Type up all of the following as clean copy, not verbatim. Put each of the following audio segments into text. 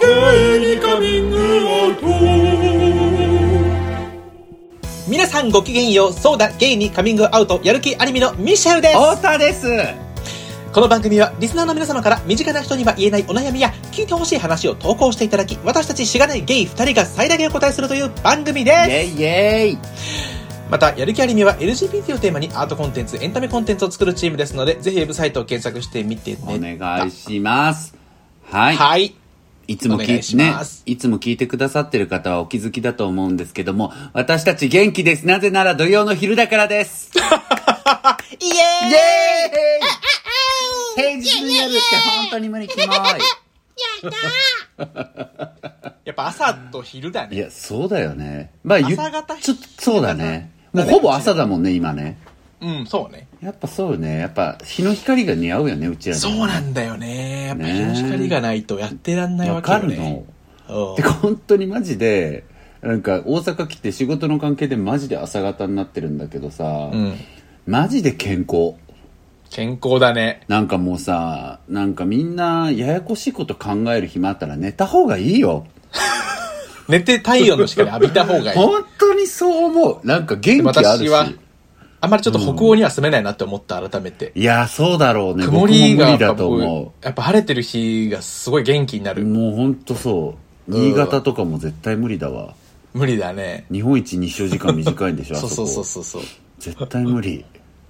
ゲイにカミングアウト。 皆さんごきげんよう。そうだゲイにカミングアウトやる気アニメのミシェルです。 太田です。 この番組はリスナーの皆様から身近な人には言えないお悩みや聞いてほしい話を投稿していただき、私たちしがないゲイ2人が最大限お答えするという番組です。 イエイイエイ。 またやる気アニメは LGBT をテーマにアートコンテンツ、エンタメコンテンツを作るチームですので、ぜひウェブサイトを検索してみてね。 お願いします。はい。 はい。 いつも聞いてくださってる方はお気づきだと思うんですけども、私たち元気です。なぜなら土曜の昼だからです。 イエーイ。 イエーイ。平日の夜って本当に無理キモい。 やっぱ朝と昼だね。 いや、そうだよね。まあ、 朝方ちょっとそうだね。もうほぼ朝だもんね、今ね。 うん、そうね。 やっぱそうね。やっぱ日の光が似合うよね、うちらに。 そうなんだよね。やっぱ日の光がないとやってらんないわけよね。 わかるの。で、本当にマジで、なんか大阪来て仕事の関係でマジで朝方になってるんだけどさ、 うん、 マジで健康。 健康だね。 なんかもうさ、なんかみんなややこしいこと考える暇あったら寝た方がいいよ。 寝て太陽の光浴びた方がいい。 本当にそう思う。なんか元気あるし。 私はあんまりちょっと北欧には住めないなって思った、改めて。 いや、そうだろうね。 曇りが僕も無理だと思う。 やっぱ晴れてる日がすごい元気になる。 もう本当そう。新潟とかも絶対無理だわ。 無理だね。 日本一日照時間短いんでしょ。 そう。 絶対無理。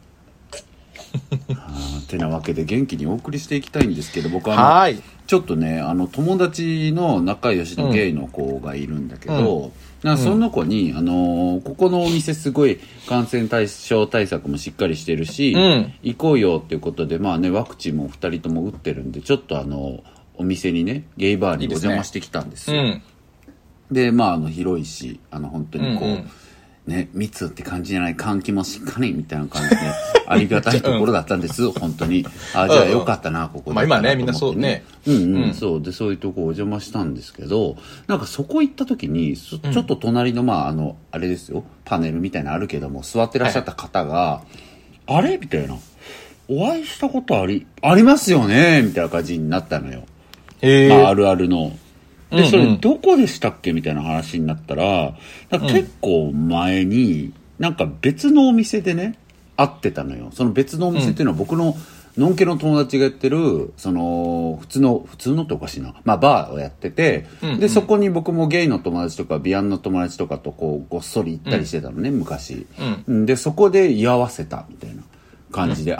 てなわけで元気にお送りしていきたいんですけど、僕はちょっとね、友達の仲良しのゲイの子がいるんだけど、その子に、ここのお店すごい感染症対策もしっかりしてるし、行こうよっていうことで、まあね、ワクチンも2人とも打ってるんで、ちょっとお店にね、ゲイバーにお邪魔してきたんですよ。で、まあ広いし、本当にこう、ね、密って感じじゃない換気もしっかりみたいな感じでありがたいところだったんです、本当に。じゃあよかったな、ここで。 まあ今ね、みんなそうね。 そうで、そういうとこお邪魔したんですけど、なんかそこ行った時にちょっと隣のあれですよ、パネルみたいなのあるけども座ってらっしゃった方が、あれみたいな、お会いしたことありますよねみたいな感じになったのよ。まああるあるの。で、それどこでしたっけみたいな話になったら、結構前に、なんか別のお店でね、会ってたのよ。その別のお店っていうのは僕の、のんけの友達がやってる、その、普通のっておかしいな。まあ、バーをやってて、で、そこに僕もゲイの友達とか、ビアンの友達とかとこう、ごっそり行ったりしてたのね、昔。で、そこで居合わせた、みたいな感じで、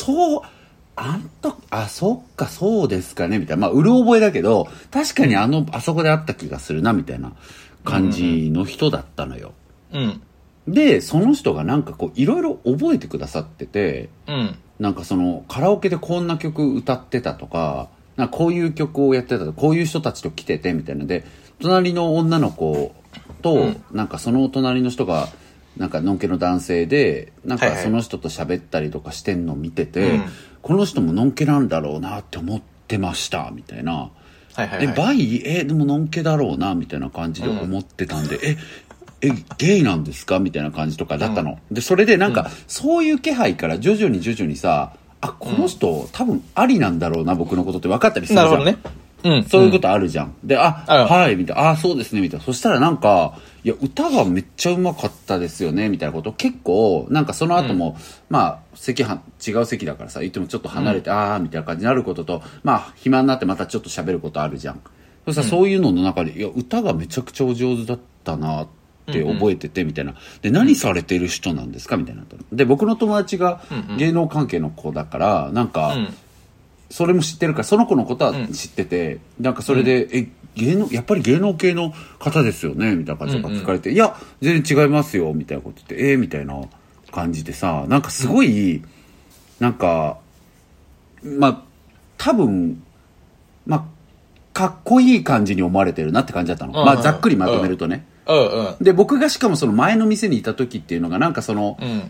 そっか、そうですかね、みたいな。まあ、うる覚えだけど、確かにあそこで会った気がするな、みたいな感じの人だったのよ。で、その人がなんかこう、いろいろ覚えてくださってて、なんかその、カラオケでこんな曲歌ってたとか、なんかこういう曲をやってたとか、こういう人たちと来てて、みたいなので、隣の女の子と、なんかその隣の人が、なんかのんけの男性でなんかその人と喋ったりとかしてんのを見てて、この人ものんけなんだろうなって思ってましたみたいな、バイでものんけだろうなみたいな感じで思ってたんで、ゲイなんですかみたいな感じとかだったの、でそれでなんか、そういう気配から徐々にさ、この人、多分ありなんだろうな僕のことって分かったりするじゃん。なるほどね。そういうことあるじゃん。で、はいみたいな、そうですねみたいな。そしたらなんか、いや歌がめっちゃうまかったですよねみたいなこと結構なんかその後も、まあ違う席だからさ、言ってもちょっと離れて、みたいな感じになることと、まあ暇になってまたちょっと喋ることあるじゃん。そしたらそういうのの中で、いや歌がめちゃくちゃお上手だったなって覚えててみたいな。で、何されてる人なんですかみたいな。で、僕の友達が芸能関係の子だからなんか、それも知ってるから、その子のことは知ってて、なんかそれで、やっぱり芸能系の方ですよねみたいな感じで聞かれて、いや全然違いますよみたいなこと言って、みたいな感じでさ、なんかすごい、なんかまあ多分まあかっこいい感じに思われてるなって感じだったの、まあざっくりまとめるとね。で僕がしかもその前の店にいた時っていうのがなんかその、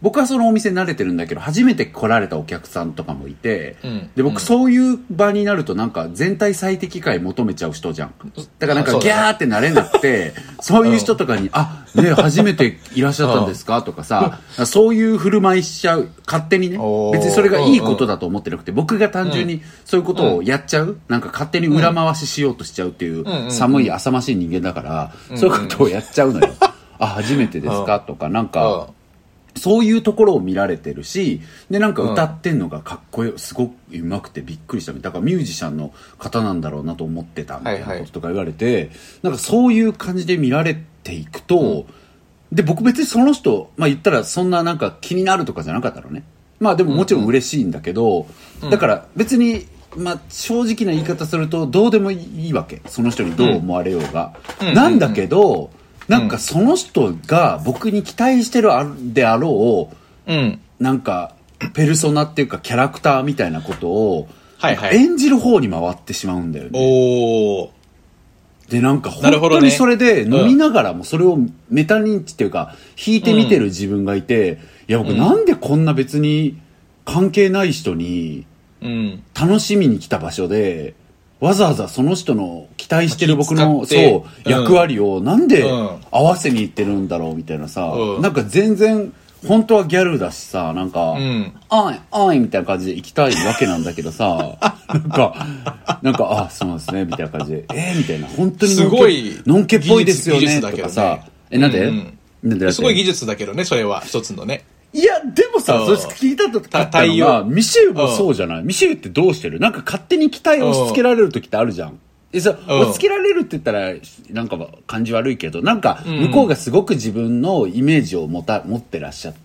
僕はそのお店慣れてるんだけど、初めて来られたお客さんとかもいて、で、僕そういう場になるとなんか全体最適解求めちゃう人じゃん。だからなんかギャーってなれなくて、そういう人とかに、あ、ね、初めていらっしゃったんですかとかさ、そういう振る舞いしちゃう。勝手にね。別にそれがいいことだと思ってなくて、僕が単純にそういうことをやっちゃう。なんか勝手に裏回ししようとしちゃうっていう寒い浅ましい人間だから、そういうことをやっちゃうのよ。あ、初めてですかとか、なんか、そういうところを見られてるし、で、なんか歌ってんのがかっこよ、すごく上手くてびっくりした。だからミュージシャンの方なんだろうなと思ってたみたいなこととか言われて、なんかそういう感じで見られていくと、で、僕別にその人、まあ言ったらそんななんか気になるとかじゃなかったのね。まあでももちろん嬉しいんだけど、だから別に、まあ正直な言い方するとどうでもいいわけ。その人にどう思われようが。なんだけど、なんかその人が僕に期待してるであろう、なんかペルソナっていうかキャラクターみたいなことを演じる方に回ってしまうんだよね。で、なんか本当にそれで飲みながらもそれをメタ認知っていうか弾いてみてる自分がいて、いや僕なんでこんな別に関係ない人に楽しみに来た場所でわざわざその人の期待してる僕のそう役割をなんで合わせにいってるんだろうみたいなさ、なんか全然本当はギャルだしさ、なんかあいみたいな感じで行きたいわけなんだけどさ、なんかあ、そうですねみたいな感じでみたいな、本当にすごいのんけっぽいですよねとかさ、なんですごい技術だけどね、それは一つのね。 いや、でもさ、それ聞いたとかったのが、ミシェルもそうじゃない？ミシェルってどうしてる？なんか勝手に期待を押し付けられる時ってあるじゃん。押し付けられるって言ったら、なんか感じ悪いけど、なんか向こうがすごく自分のイメージを持ってらっしゃって、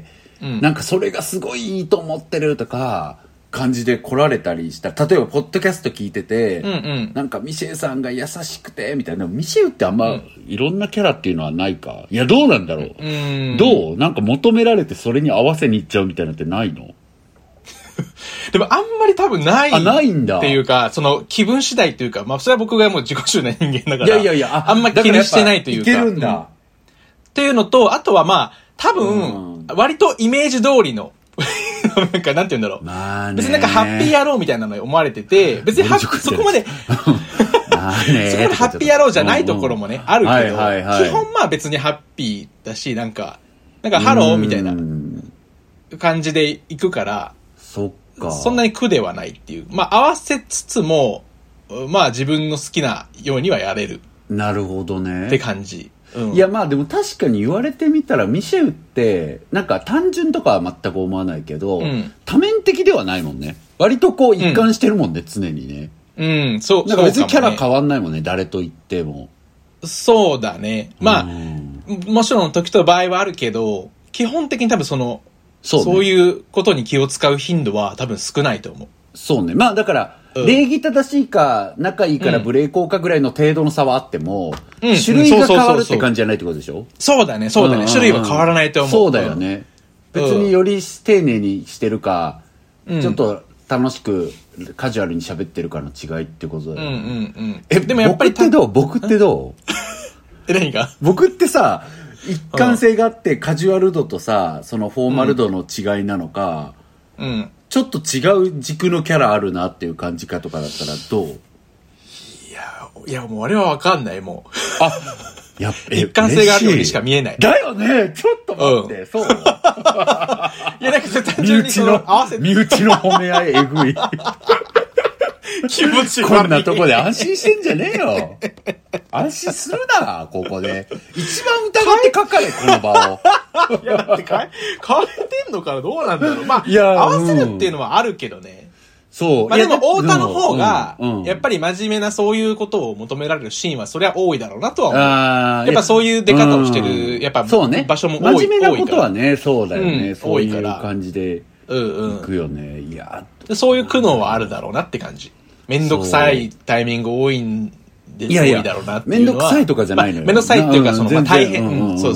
なんかそれがすごいいいと思ってるとか、感じで来られたりした。例えば、ポッドキャスト聞いてて、なんかミシェルさんが優しくて、みたいな。ミシェルってあんま、いろんなキャラっていうのはないか。いや、どうなんだろう。どうなんか求められてそれに合わせに行っちゃうみたいなのってないの？ でもあんまり多分ない。 ないんだ。 っていうか、その気分次第っていうか、まあそれは僕がもう自己中な人間だから。 いや、 あんま気にしてないというか。 いけるんだ。 っていうのと、あとはまあ、多分、割とイメージ通りの、なんかなんて言うんだろう。 まあね、 別になんかハッピー野郎みたいなのに思われてて、別にそこまで、そこまでハッピー野郎じゃないところもね、あるけど、基本まあ別にハッピーだし、なんかハローみたいな感じで行くから、 そっか。 そんなに苦ではないっていう。まあ合わせつつも、まあ自分の好きなようにはやれる。 なるほどね。 って感じ。 いやまあでも確かに言われてみたらミシェルってなんか単純とかは全く思わないけど、多面的ではないもんね。割とこう一貫してるもんね、常にね。そう。なんか別にキャラ変わんないもんね、誰と言っても。 そうだね。まあ、もちろん時と場合はあるけど、基本的に多分そういうことに気を使う頻度は多分少ないと思う。 そうね。まあだから、礼儀正しいか仲いいから無礼講かぐらいの程度の差はあっても、種類が変わるって感じじゃないってことでしょ？ そうだね。種類は変わらないと思う。 そうだよね。別により丁寧にしてるか、ちょっと楽しくカジュアルに喋ってるかの違いってことだよね。でもやっぱり僕ってどう何が？ 僕ってさ、一貫性があってカジュアル度とさ、そのフォーマル度の違いなのか、ちょっと違う軸のキャラあるなっていう感じかとかだったらどう？ いやもうあれはわかんない、もう。一貫性があるようにしか見えない。 だよね、ちょっと待って、そう。いや、なんか単純に身内の褒め合いえぐい。 気持ち悪い。 こんなとこで安心してんじゃねえよ。安心するな、ここで。一番疑ってかかれ、この場を。 いや、だって変えてんのかな、どうなんだろう。まあ、合わせるっていうのはあるけどね。 そう。 まあでも、太田の方が、やっぱり真面目なそういうことを求められるシーンはそりゃ多いだろうなとは思う。やっぱそういう出方をしてる、やっぱ場所も多い。 真面目なことはね、そうだよね。そういう感じで行くよね。いや。 そういう苦悩はあるだろうなって感じ。めんどくさいタイミング多いんで、多いだろうなっていうのは。 めんどくさいとかじゃないのよ。 めんどくさいっていうか、大変。そう。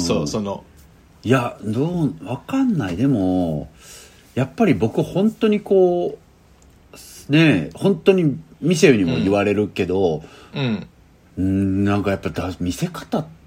いや、わかんない。でも、やっぱり僕本当にこう、ねえ、本当にミシェルにも言われるけど、なんかやっぱ見せ方っ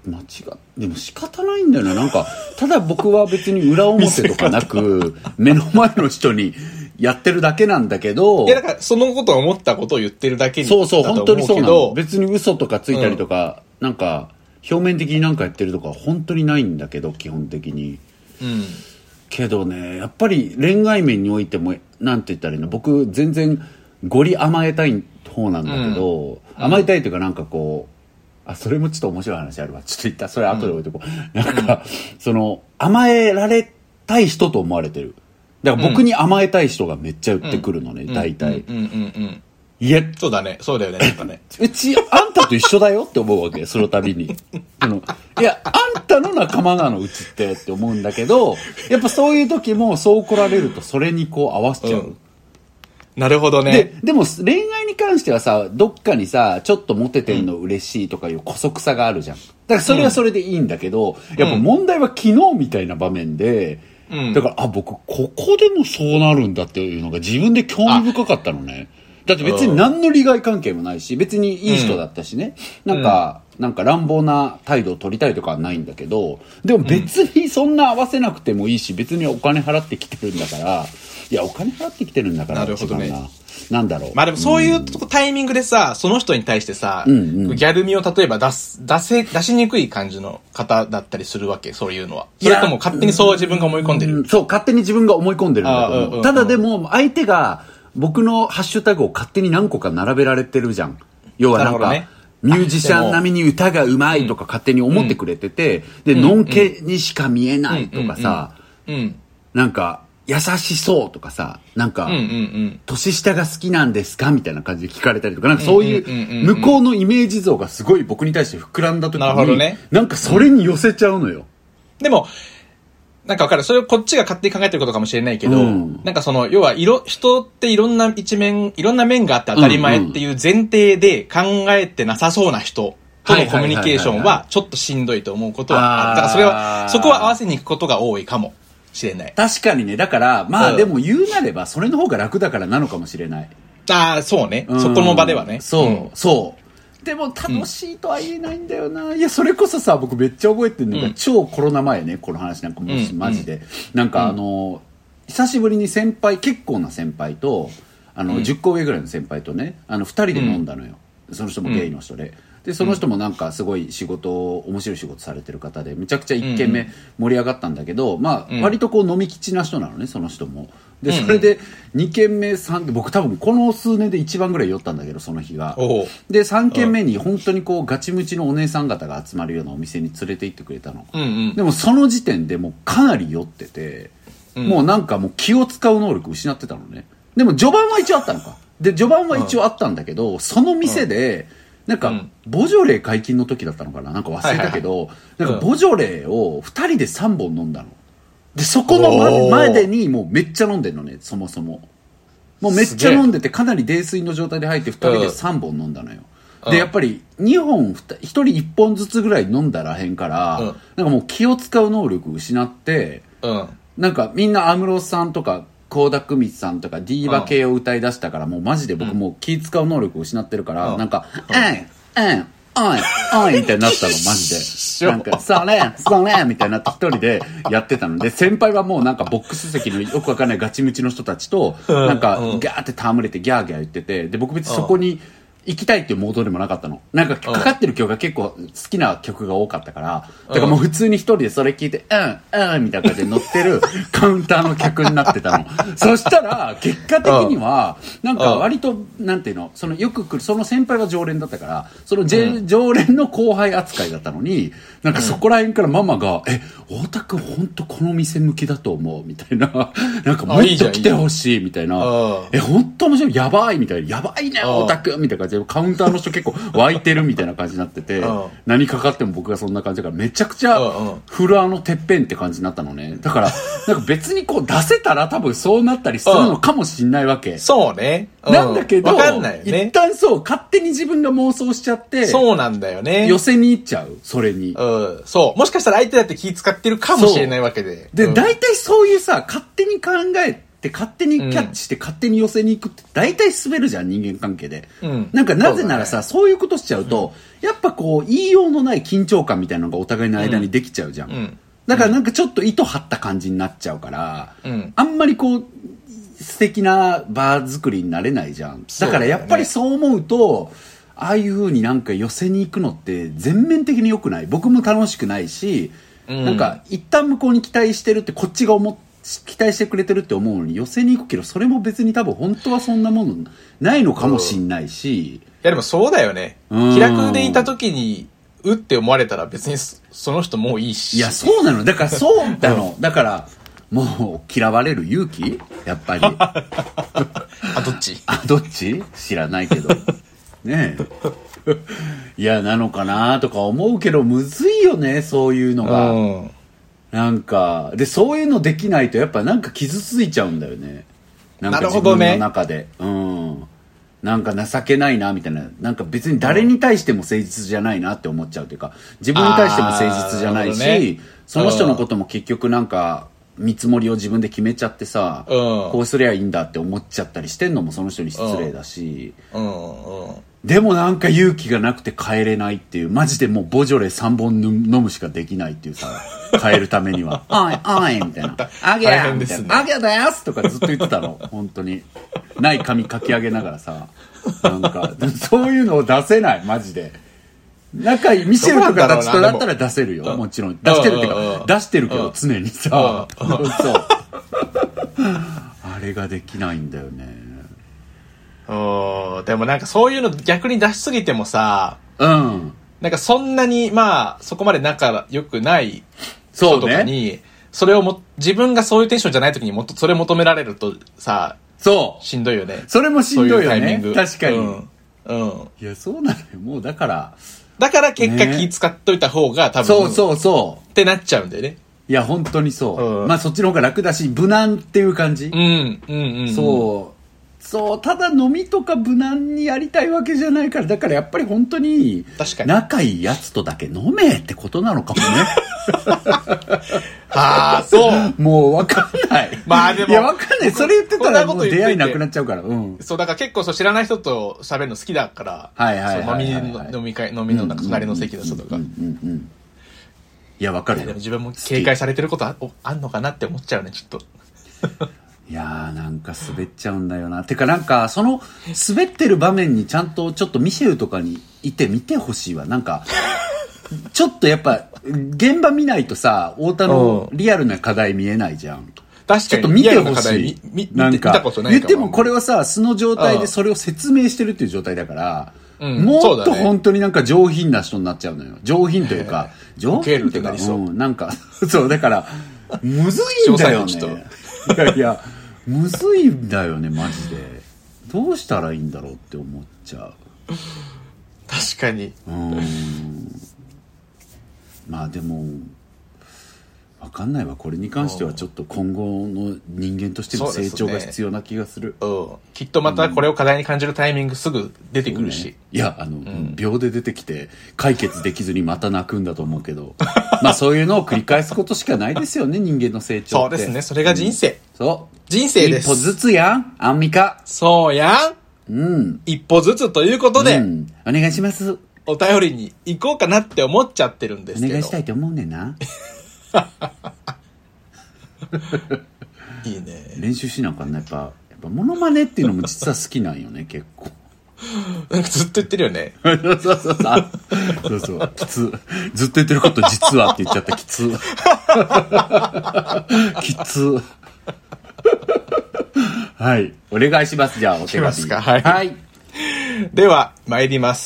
でも仕方ないんだよな。なんか、ただ僕は別に裏表とかなく、目の前の人にやってるだけなんだけど。 いや、だからそのことを思ったことを言ってるだけに。 そうそう、本当にそうなの。別に嘘とかついたりとか、なんか、表面的になんかやってるとか本当にないんだけど、基本的に。けどね、やっぱり恋愛面においても、なんて言ったらいいの、僕全然ゴリ甘えたい方なんだけど、甘えたいというかなんかこう、それもちょっと面白い話あるわ。ちょっと言った。それ後で置いとこう。なんか、甘えられたい人と思われてる。だから僕に甘えたい人がめっちゃ言ってくるのね、大体。いや、 そうだね。そうだよね。なんかね。 うち、あんたと一緒だよって思うわけ。その度に。いや、あんたの仲間なの、うちって思うんだけど、やっぱそういう時もそう怒られるとそれにこう合わせちゃう。 なるほどね。 でも恋愛に関してはさ、どっかにさ、ちょっとモテてんの嬉しいとかいう姑息さがあるじゃん。だからそれはそれでいいんだけど、やっぱ問題は昨日みたいな場面で、だから、僕、ここでもそうなるんだっていうのが自分で興味深かったのね。だって別に何の利害関係もないし、別にいい人だったしね。なんか乱暴な態度を取りたいとかはないんだけど、でも別にそんな合わせなくてもいいし、別にお金払ってきてるんだから、いや、お金払ってきてるんだから、 なるほどね。 なんだろう。 まあでもそういうタイミングでさ、その人に対してさ、ギャル味を例えば出しにくい感じの方だったりするわけ、そういうのは。それとも勝手にそう自分が思い込んでる。 そう、勝手に自分が思い込んでるんだと思う。ただでも、相手が僕のハッシュタグを勝手に何個か並べられてるじゃん。要はなんか、ミュージシャン並みに歌が上手いとか勝手に思ってくれてて、で、のんけにしか見えないとかさ、なんか、優しそうとかさ、なんか、年下が好きなんですかみたいな感じで聞かれたりとか、なんかそういう向こうのイメージ像がすごい僕に対して膨らんだ時に、なんかそれに寄せちゃうのよ。 でも、なんかわかる。それをこっちが勝手に考えてることかもしれないけど、なんか要は人っていろんな面があって当たり前っていう前提で考えてなさそうな人とのコミュニケーションはちょっとしんどいと思うことはある。だからそこは合わせに行くことが多いかもしれない。 確かにね。だから、でも言うなればそれの方が楽だからなのかもしれない。 そうね。そこの場ではね。 そう。でも楽しいとは言えないんだよな。いや、それこそさ、僕めっちゃ覚えてるのが、超コロナ前ね、この話なんかもしマジで。なんか久しぶりに結構な先輩と、10個上ぐらいの先輩とね、2人で飲んだのよ。その人もゲイの人で。で、その人もなんかすごい面白い仕事されてる方で、めちゃくちゃ1軒目盛り上がったんだけど、割とこう飲み吉な人なのね、その人も。で、それで2軒目、3軒、僕多分この数年で一番ぐらい酔ったんだけど、その日が。で、3軒目に本当にこうガチムチのお姉さん方が集まるようなお店に連れて行ってくれたの。でもその時点でもうかなり酔ってて、もうなんかもう気を使う能力失ってたのね。でも序盤は一応あったのか。で、序盤は一応あったんだけど、その店で、なんか、ボジョレー解禁の時だったのかな、なんか忘れたけど、なんかボジョレーを2人で3本飲んだの。で、そこの前でにもうめっちゃ飲んでんのね、そもそも。もうめっちゃ飲んでて、かなり泥酔の状態で入って2人で3本飲んだのよ。で、やっぱり2本、1人1本ずつぐらい飲んだらへんから、なんかもう気を使う能力失って、なんかみんな安室さんとか、倖田來未さんとかディーバ系を歌い出したからもうマジで僕もう気使う能力を失ってるからなんかおいみたいになったのマジでなんかそれみたいになって一人でやってたので先輩はもうなんかボックス席のよくわかんないガチムチの人たちとなんかギャーって戯れてギャーギャー言っててで僕別にそこに行きたいっていうモードでもなかったの。なんかかかってる曲が結構好きな曲が多かったから、だからもう普通に一人でそれ聞いて、みたいな感じで乗ってるカウンターの客になってたの。そしたら、結果的には、なんか割と、なんていうの、よく来る、その先輩は常連だったから、常連の後輩扱いだったのに、なんかそこら辺からママが、太田くんほんとこの店向きだと思う、みたいな。なんかもっと来てほしい、みたいな。ほんと面白い、やばい、みたいな。やばいね、太田くん、みたいな感じで。カウンターの人結構湧いてるみたいな感じになってて何かかっても僕がそんな感じだからめちゃくちゃフロアのてっぺんって感じになったのね。だからなんか別にこう出せたら多分そうなったりするのかもしんないわけ。 そうね。 なんだけどわかんないよね。 一旦勝手に自分が妄想しちゃってそうなんだよね。 寄せに行っちゃうそれに。 そうもしかしたら相手だって気使ってるかもしれないわけで。 で大体そういうさ勝手に考えって勝手にキャッチして勝手に寄せに行くって大体滑るじゃん、人間関係で。なんかなぜならさ、そういうことしちゃうと、やっぱこう、言いようのない緊張感みたいなのがお互いの間にできちゃうじゃん。だからなんかちょっと糸張った感じになっちゃうから、あんまりこう、素敵な場作りになれないじゃん。だからやっぱりそう思うと、ああいう風になんか寄せに行くのって全面的に良くない。僕も楽しくないし、なんか一旦向こうに期待してるってこっちが期待してくれてるって思うのに寄せに行くけど、それも別に多分本当はそんなものないのかもしんないし。いやでもそうだよね。気楽でいた時にって思われたら別にその人もういいし。 いやそうなの。だからそうなの。だからもう嫌われる勇気やっぱり。 どっち？ どっち？知らないけど。ねえ。いや、なのかなとか思うけど、むずいよね、そういうのが。なんか、で、そういうのできないと、やっぱなんか傷ついちゃうんだよね。なんか自分の中で。なんか情けないな、みたいな。なんか別に誰に対しても誠実じゃないなって思っちゃうというか、自分に対しても誠実じゃないし、その人のことも結局なんか、見積もりを自分で決めちゃってさ、こうすりゃいいんだって思っちゃったりしてんのもその人に失礼だし、でもなんか勇気がなくて帰れないっていう、マジでもうボジョレ3本飲むしかできないっていうさ、帰るためにはおいみたいな、あげやみたいな、あげですとかずっと言ってたの。本当にない紙書き上げながらさ、なんかそういうのを出せない、マジで。仲いいミシェルとかたちとだったら出せるよ、もちろん出してるってか、出してるけど常にさ、そうあれができないんだよね。 でもなんかそういうの逆に出しすぎてもさ、なんかそんなにまあそこまで仲良くない人とかにそれを自分がそういうテンションじゃない時にそれ求められるとさ、しんどいよね。 それもしんどいよね。確かに。いやそうなのよ。もうだから結果気使っといた方が多分そうってなっちゃうんだよね。 いや本当にそう、まあそっちの方が楽だし無難っていう感じ。そうただ飲みとか無難にやりたいわけじゃないから、だからやっぱり本当に仲いいやつとだけ飲めってことなのかもね。そうもう分かんない。まあでもいや分かんない。それ言ってたらもう出会いなくなっちゃうから。 そうだから結構知らない人と喋るの好きだから、飲みのなんか隣の席の人とか。 いや分かるよ。 でも自分も警戒されてることあんのかなって思っちゃうね、ちょっと。 いやーなんか滑っちゃうんだよな。てかなんかその滑ってる場面にちゃんとちょっとミシェルとかにいて見てほしいわ。なんかちょっとやっぱ現場見ないとさ、太田のリアルな課題見えないじゃん。 確かにちょっと見てほしい。なんか言ってもこれはさ素の状態でそれを説明してるっていう状態だから、もっと本当になんか上品な人になっちゃうのよ。上品というか上品っていうか、なんかそうだからむずいんだよね。いやむずいんだよねマジで。どうしたらいいんだろうって思っちゃう。 確かに。 まあでも分かんないわ。これに関してはちょっと今後の人間としての成長が必要な気がする。 きっとまたこれを課題に感じるタイミングすぐ出てくるし、 いや秒で出てきて解決できずにまた泣くんだと思うけどまあそういうのを繰り返すことしかないですよね、人間の成長って。 そうですね、それが人生。 そう人生です。 一歩ずつやんアンミカ。 そうやん。一歩ずつということで、 お願いします。 お便りに行こうかなって思っちゃってるんですけど。 お願いしたいと思うねんな。 いいね。 練習しなあかんな。やっぱモノマネっていうのも実は好きなんよね結構。 なんかずっと言ってるよね。 そうきつ。ずっと言ってること実はって言っちゃった。きつ。きつ。はいお願いします。じゃあお手紙。 はい。では参ります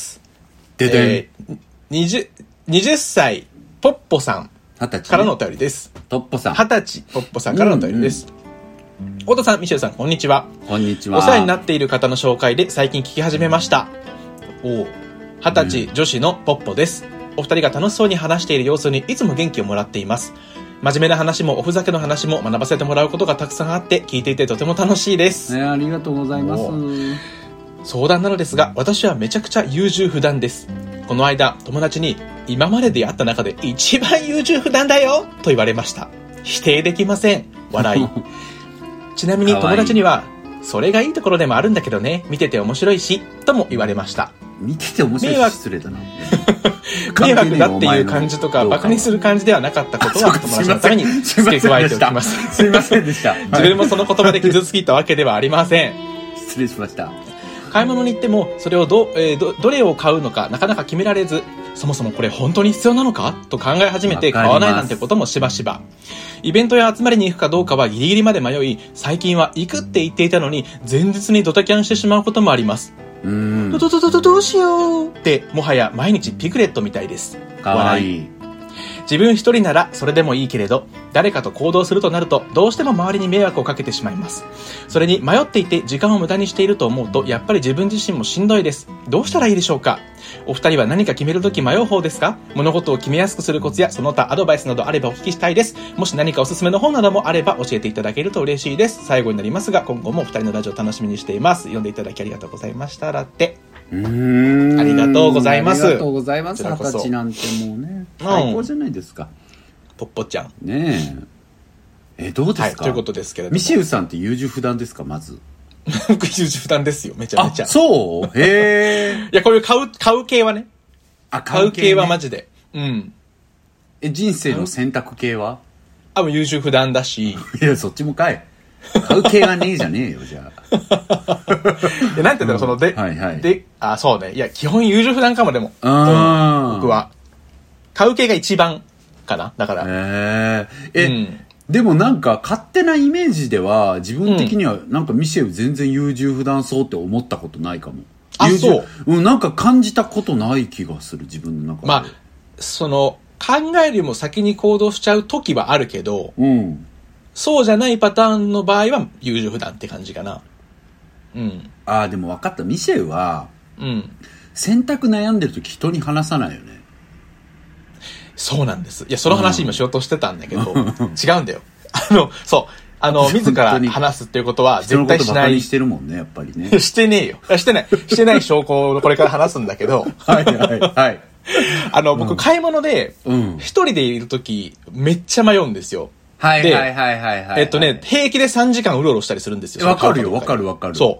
。20歳ポッポさんからのお便りです。 ポッポさん。 20歳ポッポさんからのお便りです。太田さん、ミシェルさん、こんにちは。 こんにちは。 お世話になっている方の紹介で最近聞き始めました。20歳女子のポッポです。お二人が楽しそうに話している様子にいつも元気をもらっています。真面目な話もおふざけの話も学ばせてもらうことがたくさんあって聞いていてとても楽しいです。 ありがとうございます。 相談なのですが、私はめちゃくちゃ優柔不断です。この間友達に今までで会った中で一番優柔不断だよと言われました。否定できません。笑い。 ちなみに友達には、それがいいところでもあるんだけどね、見てて面白いし、とも言われました。 見てて面白いし、失礼だな。 迷惑だっていう感じとか、バカにする感じではなかったことは、友達のために付け加えておきます。 すいませんでした。 自分もその言葉で傷ついたわけではありません。 失礼しました。 買い物に行っても、それをどれを買うのかなかなか決められず、そもそもこれ本当に必要なのかと考え始めて買わないなんてこともしばしば。イベントや集まりに行くかどうかはギリギリまで迷い、最近は行くって言っていたのに、前日にドタキャンしてしまうこともあります。どうしようって、もはや毎日ピグレットみたいです。 かわいい。 自分一人ならそれでもいいけれど、誰かと行動するとなるとどうしても周りに迷惑をかけてしまいます。それに迷っていて時間を無駄にしていると思うと、やっぱり自分自身もしんどいです。どうしたらいいでしょうか。お二人は何か決めるとき迷う方ですか。物事を決めやすくするコツやその他アドバイスなどあればお聞きしたいです。もし何かおすすめの本などもあれば教えていただけると嬉しいです。最後になりますが、今後もお二人のラジオ楽しみにしています。読んでいただきありがとうございました。ラッテ。ありがとうございます。 ありがとうございます。20歳なんてもうね、最高じゃないですか。 ポッポちゃん。 ねえ。どうですか、はい、 ということですけれども。 ミシェウさんって優柔不断ですか、まず。 僕優柔不断ですよ、めちゃめちゃ。 あ、そうへえ。 いや、こういう買う系はね。買う系はマジで。うん。 人生の選択系はもう優柔不断だし。 いや、そっちもかい。買う系はねえじゃねえよ、じゃあ。 なんて言うんだろう、その、 はいはい。 そうね。いや、基本優柔不断かも、でも。僕は。買う系が一番かな、だから。 でもなんか勝手なイメージでは自分的にはなんかミシェル全然優柔不断そうって思ったことないかも。そうなんか感じたことない気がする、自分の中で。 まあその考えるよりも先に行動しちゃう時はあるけど、そうじゃないパターンの場合は優柔不断って感じかな。 でも分かった。ミシェルは選択悩んでる時人に話さないよね。 そうなんです。いや、その話今しようとしてたんだけど、違うんだよ。自ら話すっていうことは絶対しない。人のことバカにしてるもんね、やっぱりね。 してねえよ。してない証拠をこれから話すんだけど。 はいはいはい。 僕、買い物で、一人でいるとき、めっちゃ迷うんですよ。 はいはいはいはい。 平気で3時間うろうろしたりするんですよ。 わかるよ、わかるわかる。 そう。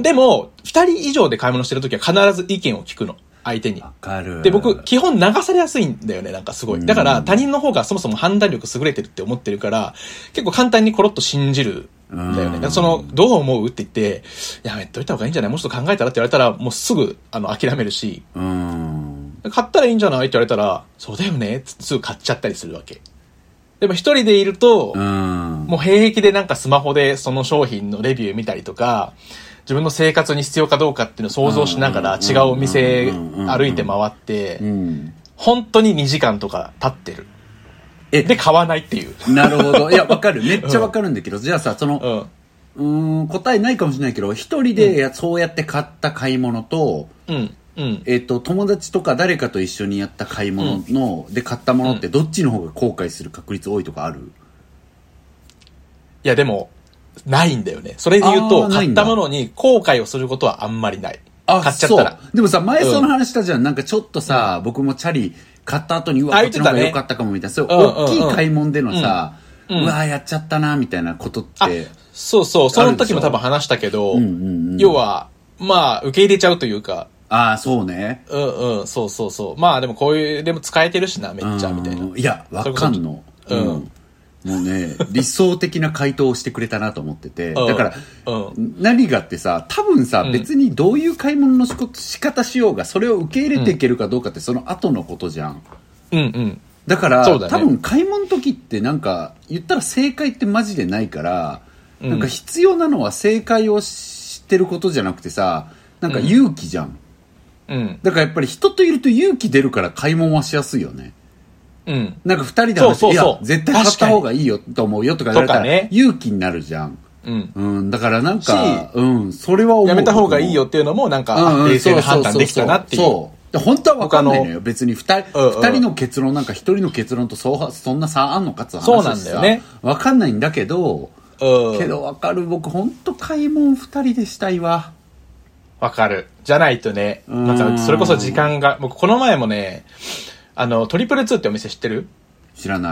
でも、2人以上で買い物してるときは必ず意見を聞くの。相手に。 わかる。 で、僕、基本流されやすいんだよね、なんかすごい。だから、他人の方がそもそも判断力優れてるって思ってるから、結構簡単にコロッと信じるんだよね。どう思うって言って、やめといた方がいいんじゃないもうちょっと考えたらって言われたら、もうすぐ、諦めるし、買ったらいいんじゃないって言われたら、そうだよねってすぐ買っちゃったりするわけ。でも一人でいると、もう平気でなんかスマホでその商品のレビュー見たりとか、自分の生活に必要かどうかっていうのを想像しながら違うお店歩いて回って、本当に2時間とか経ってる。で、買わないっていう。 なるほど。いや、わかる。めっちゃわかるんだけど、じゃあさ、答えないかもしれないけど、一人でそうやって買った買い物と、友達とか誰かと一緒にやった買い物で買ったものってどっちの方が後悔する確率多いとかある？ いや、でも、ないんだよね。それで言うと、買ったものに後悔をすることはあんまりない。買っちゃったら。 でもさ、前その話したじゃん。なんかちょっとさ、僕もチャリ買った後に、こっちの方が良かったかもみたいな。そう、大きい買い物でのさ、やっちゃったな、みたいなことって。 そう。その時も多分話したけど、要は、受け入れちゃうというか。 そうね。 そう。まあでもこういう、でも使えてるしな、めっちゃ、みたいな。 いや、わかんの。もうね、理想的な回答をしてくれたなと思ってて。だから、何がってさ、多分さ、別にどういう買い物の仕方しようが、それを受け入れていけるかどうかってその後のことじゃん。だから、多分買い物の時ってなんか、言ったら正解ってマジでないから、なんか必要なのは正解を知ってることじゃなくてさ、なんか勇気じゃん。だからやっぱり人といると勇気出るから買い物はしやすいよね。なんか二人で話して、いや、絶対買った方がいいよと思うよとか言われたら、勇気になるじゃん。だからなんか、それは思う。 やめた方がいいよっていうのも、なんか、冷静な判断できたなっていう。 そう。本当は分かんないのよ。別に二人の結論なんか一人の結論とそんな差あんのかって話そうなんだよね。 分かんないんだけど、けど分かる。僕本当買い物二人でしたいわ。 分かる。じゃないとね、なんかそれこそ時間が、僕この前もね、トリプル2ってお店知ってる？ 知らない。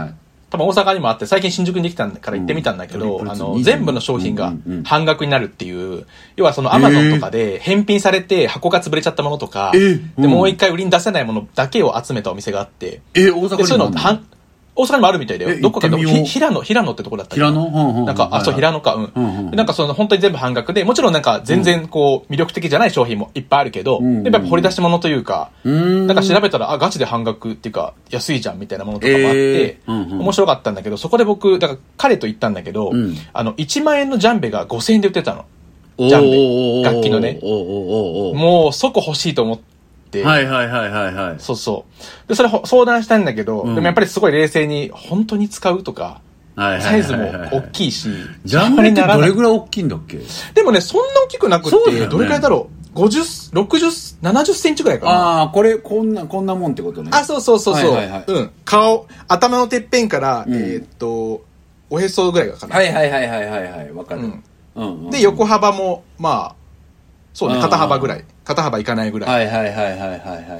多分大阪にもあって、最近新宿にできたから行ってみたんだけど、全部の商品が半額になるっていう、要はその Amazon とかで返品されて箱が潰れちゃったものとか、でもう一回売りに出せないものだけを集めたお店があって、 大阪にも大阪にもあるみたいだよ。どこか平野ってとこだったっけ。 平野なんか、そう、平野か、なんかその本当に全部半額で、もちろんなんか全然こう、魅力的じゃない商品もいっぱいあるけど、やっぱ掘り出し物というか、なんか調べたら、ガチで半額っていうか、安いじゃんみたいなものとかもあって、面白かったんだけど、そこで僕、だから彼と行ったんだけど、1万円のジャンベが5000円で売ってたの。ジャンベ。楽器のね。もう即欲しいと思って、 はい。 そうそう。で、それ相談したんだけど、でもやっぱりすごい冷静に、本当に使うとか、サイズも大きいし、 ジャンベってどれぐらい大きいんだっけ？ でもね、そんな大きくなくて、どれくらいだろう？50、60、70センチくらいかな。 これ、こんなもんってことね。 そう。頭のてっぺんから、おへそぐらいかな。 はい、わかる。 で、横幅も、まあ、そうね、肩幅ぐらい。肩幅いかないぐらい。 はい。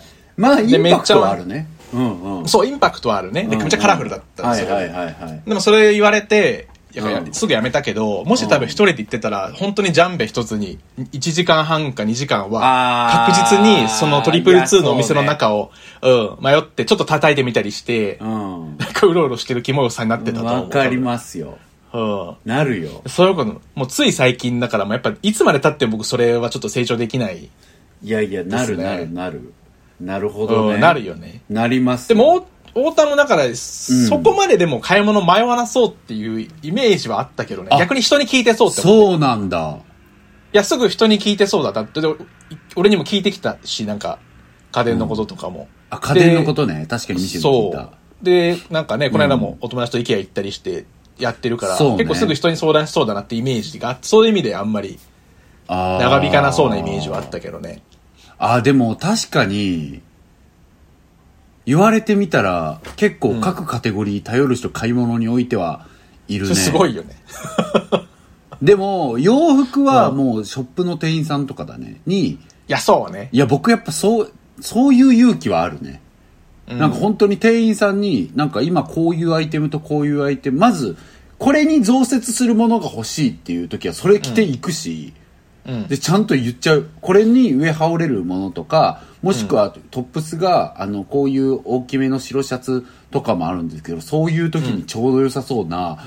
まあ、インパクトはあるね。 そう、インパクトはあるね。で、めっちゃカラフルだったんですよ。 はい。 でもそれ言われて、すぐやめたけど、もし多分一人で行ってたら、本当にジャンベ一つに1時間半か2時間は、確実にそのトリプル2のお店の中を、迷ってちょっと叩いてみたりして、なんかうろうろしてるキモよさになってたと思う。 わかりますよ。なるよ。 そういうこと、もうつい最近だから、やっぱいつまで経っても僕それはちょっと成長できない。 いや、なる。なるほどね。 なるよね。 なります。 でも、太田の中で、そこまででも買い物迷わなそうっていうイメージはあったけどね。逆に人に聞いてそうって思って。 そうなんだ。 いや、すぐ人に聞いてそうだったって。俺にも聞いてきたし、なんか、家電のこととかも。 家電のことね。確かに見せて聞いた。 そう。で、なんかね、この間もお友達と IKEA 行ったりしてやってるから、結構すぐ人に相談しそうだなってイメージがあって、そういう意味であんまり、長引かなそうなイメージはあったけどね。 でも確かに、言われてみたら結構各カテゴリー頼る人買い物においてはいるね。 すごいよね。 でも洋服はもうショップの店員さんとかだねいやそうね。 いや僕やっぱそういう勇気はあるね。なんか本当に店員さんになんか今こういうアイテムとこういうアイテム、まずこれに増設するものが欲しいっていう時はそれ着ていくし、でちゃんと言っちゃう。これに上羽織れるものとか、もしくはトップスがこういう大きめの白シャツとかもあるんですけど、そういう時にちょうど良さそうな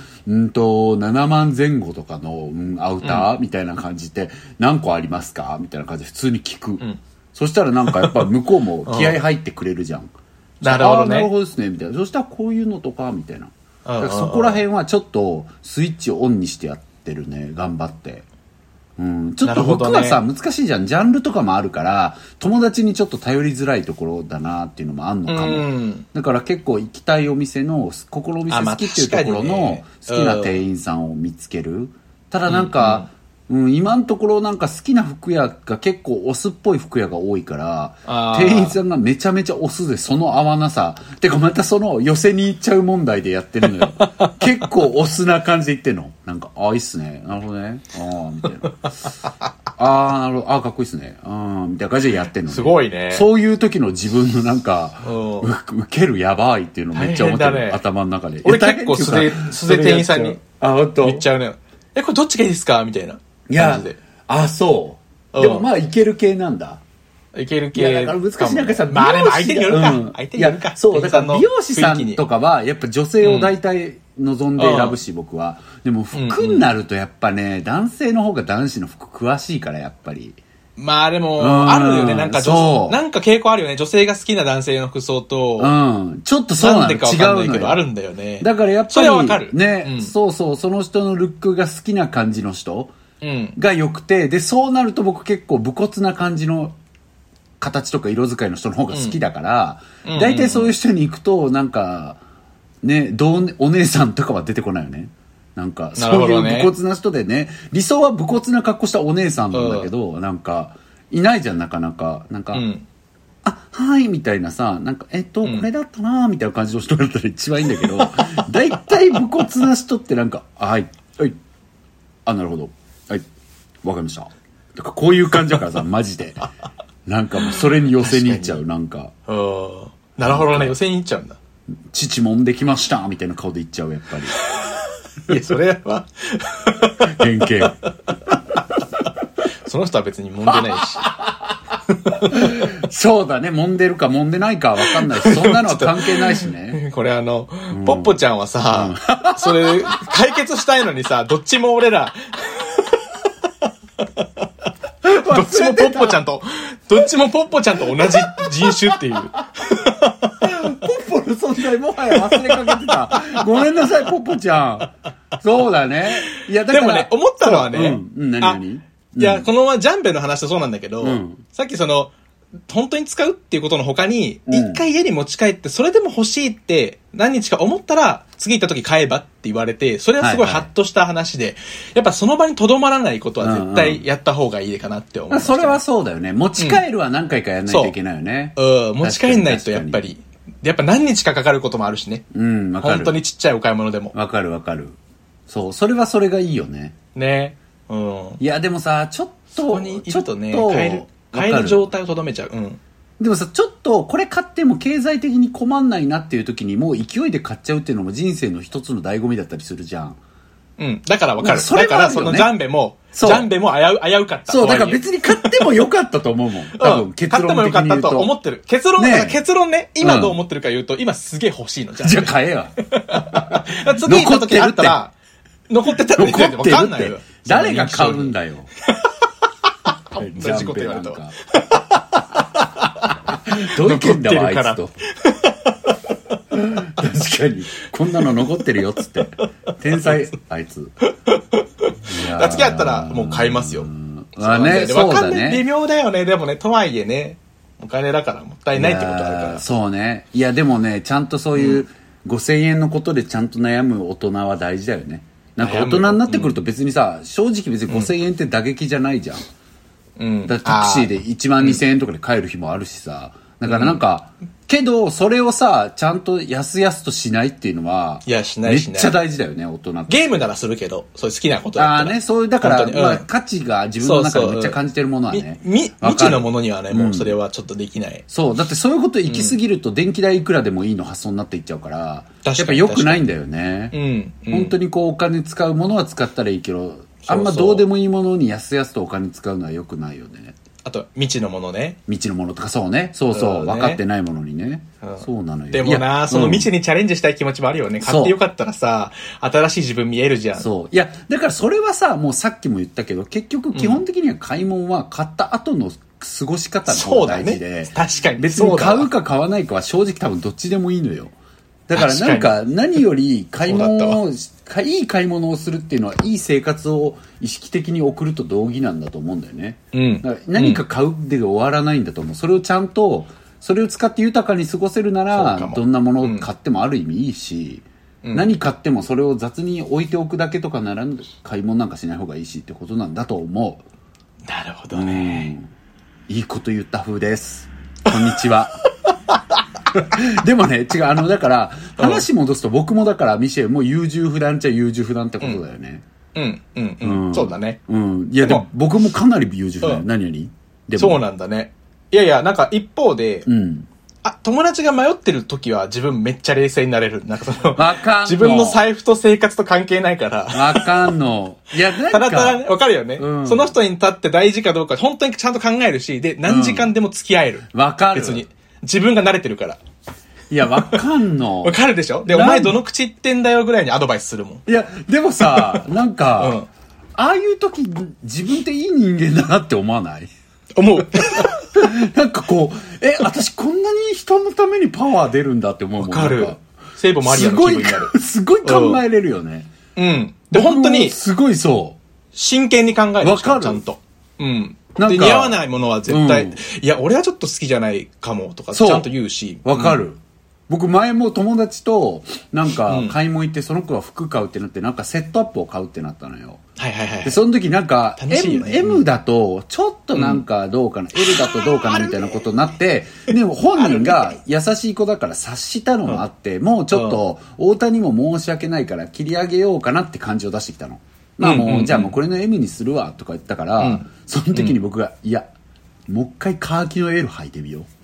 7万前後とかのアウターみたいな感じで何個ありますかみたいな感じで普通に聞く。そしたらなんかやっぱ向こうも気合入ってくれるじゃん。 なるほどね。 なるほどですねみたいな。そしたらこういうのとかみたいな。だからそこら辺はちょっとスイッチをオンにしてやってるね。頑張って。ちょっと服はさ、難しいじゃん。ジャンルとかもあるから友達にちょっと頼りづらいところだなっていうのもあんのかも。だから結構行きたいお店のここのお店好きっていうところの好きな店員さんを見つける。ただなんか、今のところなんか好きな服屋が結構オスっぽい服屋が多いから店員さんがめちゃめちゃオスでその合わなさてかまたその寄せに行っちゃう問題でやってるのよ。結構オスな感じで言ってんの。なんかいいっすね、なるほどね、みたいななるほど、かっこいいっすね、みたいな感じでやってんの、ね、 すごいね。 そういう時の自分のなんかウケるやばいっていうのめっちゃ思ってる、ね、頭の中で。 俺結構素で店員さんに言っちゃうね。これどっちがいいですかみたいな。 いや、そう。でもまあいける系なんだ。 いける系。 だから難しい。なんかさ、 まあでも相手によるか。相手によるか。 そう、だから美容師さんとかはやっぱ女性を大体望んで選ぶし、僕は。でも服になるとやっぱね、男性の方が男子の服詳しいからやっぱり。 まあでも、あるよね。なんか傾向あるよね。女性が好きな男性の服装と。 ちょっとそうなんだ。違うのよ。 あるんだよね。 だからやっぱり。 それはわかる。 ね、そう、その人のルックが好きな感じの人が良くて、で、そうなると僕結構武骨な感じの形とか色使いの人の方が好きだから、大体そういう人に行くと、なんか、ね、お姉さんとかは出てこないよね。なんかそういう武骨な人でね、理想は武骨な格好したお姉さんなんだけど、なんかいないじゃん、なかなか。なんか、はいみたいなさ、なんかこれだったなみたいな感じの人だったら一番いいんだけど、大体武骨な人ってなんかはいなるほど、はいわかりましたとかこういう感じだからさ、マジでなんかもうそれに寄せに行っちゃう。なんかなるほどね、寄せに行っちゃうんだ。 父揉んできましたみたいな顔で言っちゃう、やっぱり。 いや、それは偏見。 その人は別に揉んでないし。 そうだね、揉んでるか揉んでないかは分かんないし、そんなのは関係ないしね。 これポッポちゃんはさ、それ解決したいのにさ、どっちも俺ら、どっちもポッポちゃんと同じ人種っていう。 ポッポの存在もはや忘れかけてた。ごめんなさい、ポッポちゃん。そうだね。いや、だからでもね、思ったのはね、 何いや、このままジャンベの話とそうなんだけど、さっき本当に使うっていうことの他に、一回家に持ち帰って、それでも欲しいって何日か思ったら、次行った時買えばって言われて、それはすごいハッとした話で、やっぱその場に留まらないことは絶対やった方がいいかなって思う、 それはそうだよね。持ち帰るは何回かやらないといけないよね。 持ち帰んないとやっぱり、何日かかかることもあるしね。 わかる。 本当にちっちゃいお買い物でも。 わかる。そう、それはそれがいいよね。 ね。 いや、でもさ、ちょっと、 そこにいるとね、買える状態をとどめちゃう。 でもさ、ちょっとこれ買っても経済的に困んないなっていう時にもう勢いで買っちゃうっていうのも人生の一つの醍醐味だったりするじゃん。 だからわかる。だからそのジャンベも危うかった。 そう、だから別に買ってもよかったと思うもん。多分結論的に言うと。買ってもよかったと思ってる。結論ね、今どう思ってるか言うと、今すげえ欲しいの。 じゃあ買えよ。 次行った時あったら、残ってたらわかんないよ。 誰が買うんだよ。 同じこと言われたわ。 どういう意見だわ、あいつと。確かに。こんなの残ってるよ、っつって。天才、あいつ。 次あったらもう買いますよ。 そうだね。 微妙だよね。でもね、とはいえね、お金だからもったいないってことあるから。 そうね。いや、でもね、ちゃんとそういう5000円のことでちゃんと悩む大人は大事だよね。なんか大人になってくると別にさ、正直別に5000円って打撃じゃないじゃん。だからタクシーで1万2000円とかで帰る日もあるしさ。だからなんか、けど、それをさ、ちゃんと安々としないっていうのは、 いや、しない。 めっちゃ大事だよね、大人って。 ゲームならするけど、そういう好きなことだったら。 ね、そういう、だから、まあ、価値が自分の中でめっちゃ感じてるものはね。 未知のものにはね、もうそれはちょっとできない。 そう、だってそういうこと行き過ぎると、電気代いくらでもいいの発想になっていっちゃうから、やっぱ良くないんだよね。本当にこう、お金使うものは使ったらいいけど、あんまどうでもいいものに安々とお金使うのは良くないよね。 あと、未知のものね。 未知のものとかそうね。そうそう。分かってないものにね。そうなのよ。 でもな、その未知にチャレンジしたい気持ちもあるよね。買ってよかったらさ、新しい自分見えるじゃん。 そう。いや、だからそれはさ、もうさっきも言ったけど、結局基本的には買い物は買った後の過ごし方の方が大事で。 確かに。 別に買うか買わないかは正直多分どっちでもいいのよ。だからなんか何より買い物を、いい買い物をするっていうのはいい生活を意識的に送ると同義なんだと思うんだよね。だから何か買うで終わらないんだと思う。それをちゃんと、それを使って豊かに過ごせるなら、どんなものを買ってもある意味いいし、何買ってもそれを雑に置いておくだけとかなら買い物なんかしない方がいいしってことなんだと思う。なるほどね。 いいこと言った風です。こんにちは。でもね、違う、だから、話戻すと僕もだから、ミシェルも優柔不断っちゃ優柔不断ってことだよね。 そうだね。 いや、でも僕もかなり優柔不断。何々 でも。そうなんだね。いやいや、なんか一方で、友達が迷ってる時は自分めっちゃ冷静になれる。なんか自分の財布と生活と関係ないから。 わかんの。いや、なんか。 ただただね、わかるよね。その人に立って大事かどうか、本当にちゃんと考えるし、で、何時間でも付き合える。 わかる。 別に。自分が慣れてるから。 いや、わかんの。 わかるでしょ？で、お前どの口言ってんだよぐらいにアドバイスするもん。 いや、でもさ、なんか、ああいう時、自分っていい人間だなって思わない？ 思う。 なんかこう、私こんなに人のためにパワー出るんだって思うもん。 わかる。聖母マリアの気分になる。 すごい考えれるよね。 で、本当に、 すごいそう。 真剣に考える。わかる。ちゃんと。で、似合わないものは絶対、いや、俺はちょっと好きじゃないかもとか、ちゃんと言うし。 わかる。僕前も友達となんか買い物行ってその子は服買うってなってなんかセットアップを買うってなったのよ。でその時なんか M だとちょっとなんかどうかな、L だとどうかなみたいなことになって、でも本人が優しい子だから察したのもあって、もうちょっと太田にも申し訳ないから切り上げようかなって感じを出してきたの。まあもうじゃあもうこれの M にするわとか言ったから、その時に僕がいやもう一回カーキの L 履いてみよう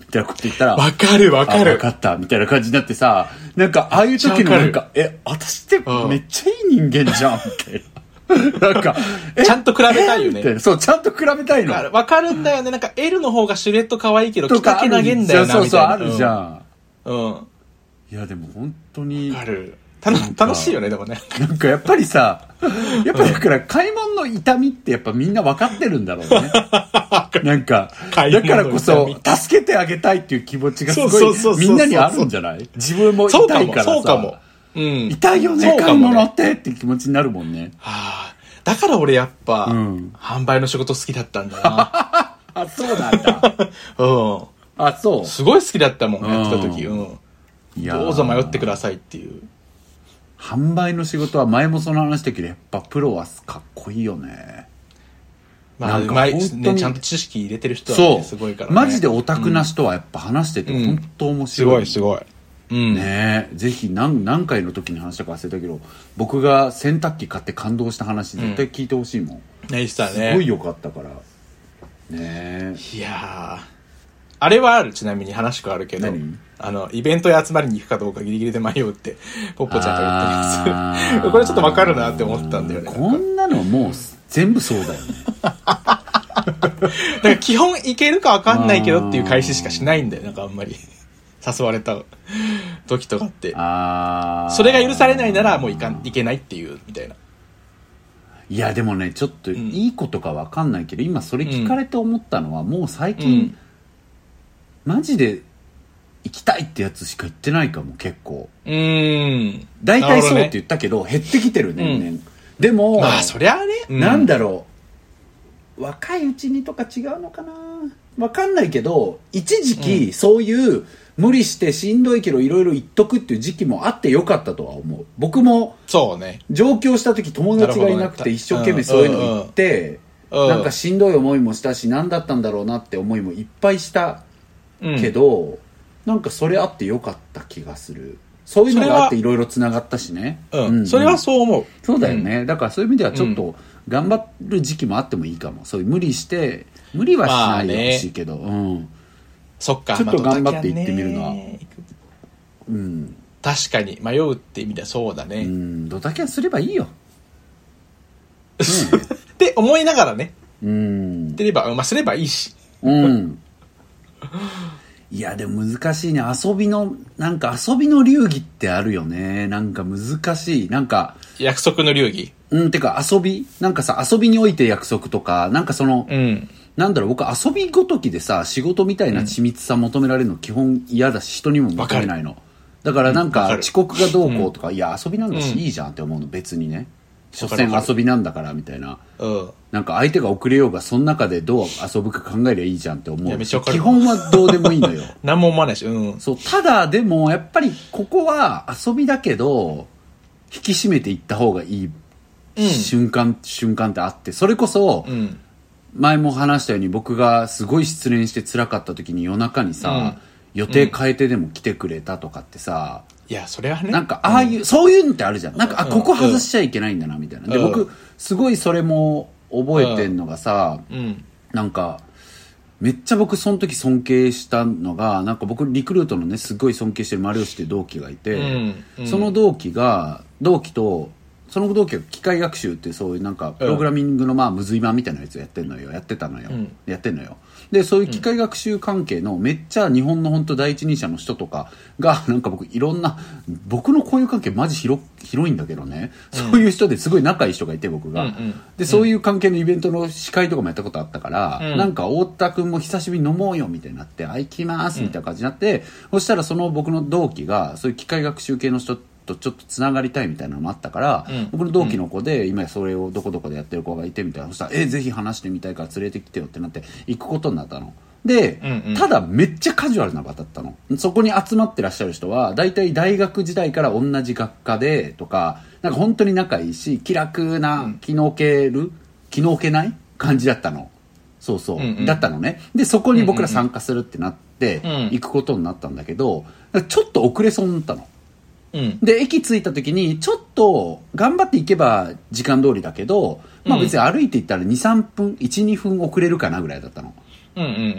たいなこと言ったら、 わかる。 わかった、みたいな感じになってさ、なんか、ああいう時のなんか、私ってめっちゃいい人間じゃん、みたいな。なんか、 ちゃんと比べたいよね。 そう、ちゃんと比べたいの。 わかるんだよね。なんか L の方がシルエット可愛いけど、着丈投げんだよな、みたいな。 あるじゃん。 うん。 いや、でも本当に。 わかる。楽しいよね、でもね。 なんかやっぱりさ、やっぱだから買い物の痛みってやっぱみんな分かってるんだろうね。なんか、だからこそ、助けてあげたいっていう気持ちがすごい、みんなにあるんじゃない？自分も痛いからさ。 そうかも。うん。 痛いよね、買い物ってって気持ちになるもんね。 はあ。だから俺やっぱ、販売の仕事好きだったんだな。 あ、そうなんだ。 うん。 あ、そう。 すごい好きだったもん、やってた時。うん。どうぞ迷ってくださいっていう。 販売の仕事は前もその話だけど、やっぱプロはかっこいいよね。 まあ、うまいね。ちゃんと知識入れてる人はね、すごいからね。 マジでオタクな人はやっぱ話してて本当面白い。 すごい。 ねえ、ぜひ何回の時に話したか忘れたけど、僕が洗濯機買って感動した話絶対聞いてほしいもん。 ね、したね。 すごい良かったから。ねえ。 いやー。あれはある、ちなみに話変わるけど、イベントに集まりに行くかどうかギリギリで迷うって、ポッポちゃんが言ってます。これちょっとわかるなって思ったんだよね。 こんなのもう全部そうだよね。 だから基本行けるかわかんないけどっていう返ししかしないんだよ、なんかあんまり。誘われた時とかって。それが許されないならもう行けないっていう、みたいな。 いや、でもね、ちょっといいことかわかんないけど、今それ聞かれて思ったのは、もう最近、マジで行きたいってやつしか言ってないかも、結構。大体そうって言ったけど、減ってきてるね、でも、 まあそりゃあね、 なんだろう、若いうちにとか違うのかな、わかんないけど、一時期そういう無理してしんどいけどいろいろ言っとくっていう時期もあってよかったとは思う。僕もそうね、 上京した時友達がいなくて一生懸命そういうの言って、なんかしんどい思いもしたし、何だったんだろうなって思いもいっぱいしたけど、なんかそれあってよかった気がする。そういうのがあっていろいろつながったしね。 それはそう思う。 そうだよね。だからそういう意味ではちょっと頑張る時期もあってもいいかも。そういう無理して無理はしないでほしいけど、 そっか、 ちょっと頑張っていってみるのは、 確かに迷うって意味ではそうだね。 ドタキャンすればいいよ。 って思いながらね。ってれば、すればいいし。 いやでも難しいね。なんか遊びの流儀ってあるよね。なんか難しい。なんか約束の流儀。 てか遊びなんかさ、遊びにおいて約束とか、なんかその、なんだろう、僕遊びごときでさ、仕事みたいな緻密さ求められるの基本嫌だし、人にも求めないの。だからなんか遅刻がどうこうとか、いや遊びなんだしいいじゃんって思うの、別にね。所詮遊びなんだからみたいな。なんか相手が遅れようがその中でどう遊ぶか考えりゃいいじゃんって思う。基本はどうでもいいのよ。 何も思わないし。 そう、ただでもやっぱりここは遊びだけど引き締めていった方がいい瞬間ってあって、それこそ、前も話したように僕がすごい失恋して辛かった時に夜中にさ、予定変えてでも来てくれたとかってさ、 いやそれはね、 なんかああいう、そういうのってあるじゃん。なんかここ外しちゃいけないんだなみたいな。で僕すごいそれも覚えてんのがさ、なんかめっちゃ僕その時尊敬したのが、なんか僕リクルートのねすごい尊敬してる丸吉っていう同期がいて、その同期とその同期が機械学習ってそういうなんかプログラミングのむずい版みたいなやつをやってんのよ。でそういう機械学習関係のめっちゃ日本の本当第一人者の人とかがなんかいろんな、僕の交友関係マジ広いんだけどね、そういう人ですごい仲いい人がいて僕が、でそういう関係のイベントの司会とかもやったことあったから、なんか太田君も久しぶりに飲もうよみたいになって、行きますみたいな感じになって、そしたらその僕の同期がそういう機械学習系の人とちょっとつながりたいみたいなのもあったから、僕の同期の子で今それをどこどこでやってる子がいてみたいな、そしたらぜひ話してみたいから連れてきてよってなって行くことになったので、ただめっちゃカジュアルな場だったの。そこに集まってらっしゃる人は大体大学時代から同じ学科でとか、なんか本当に仲いいし気楽な気の置けない感じだったの。だったのね。でそこに僕ら参加するってなって行くことになったんだけど、ちょっと遅れそうになったの。で駅着いた時にちょっと頑張って行けば時間通りだけど、別に歩いて行ったら 2,3 分 1,2 分遅れるかなぐらいだったの。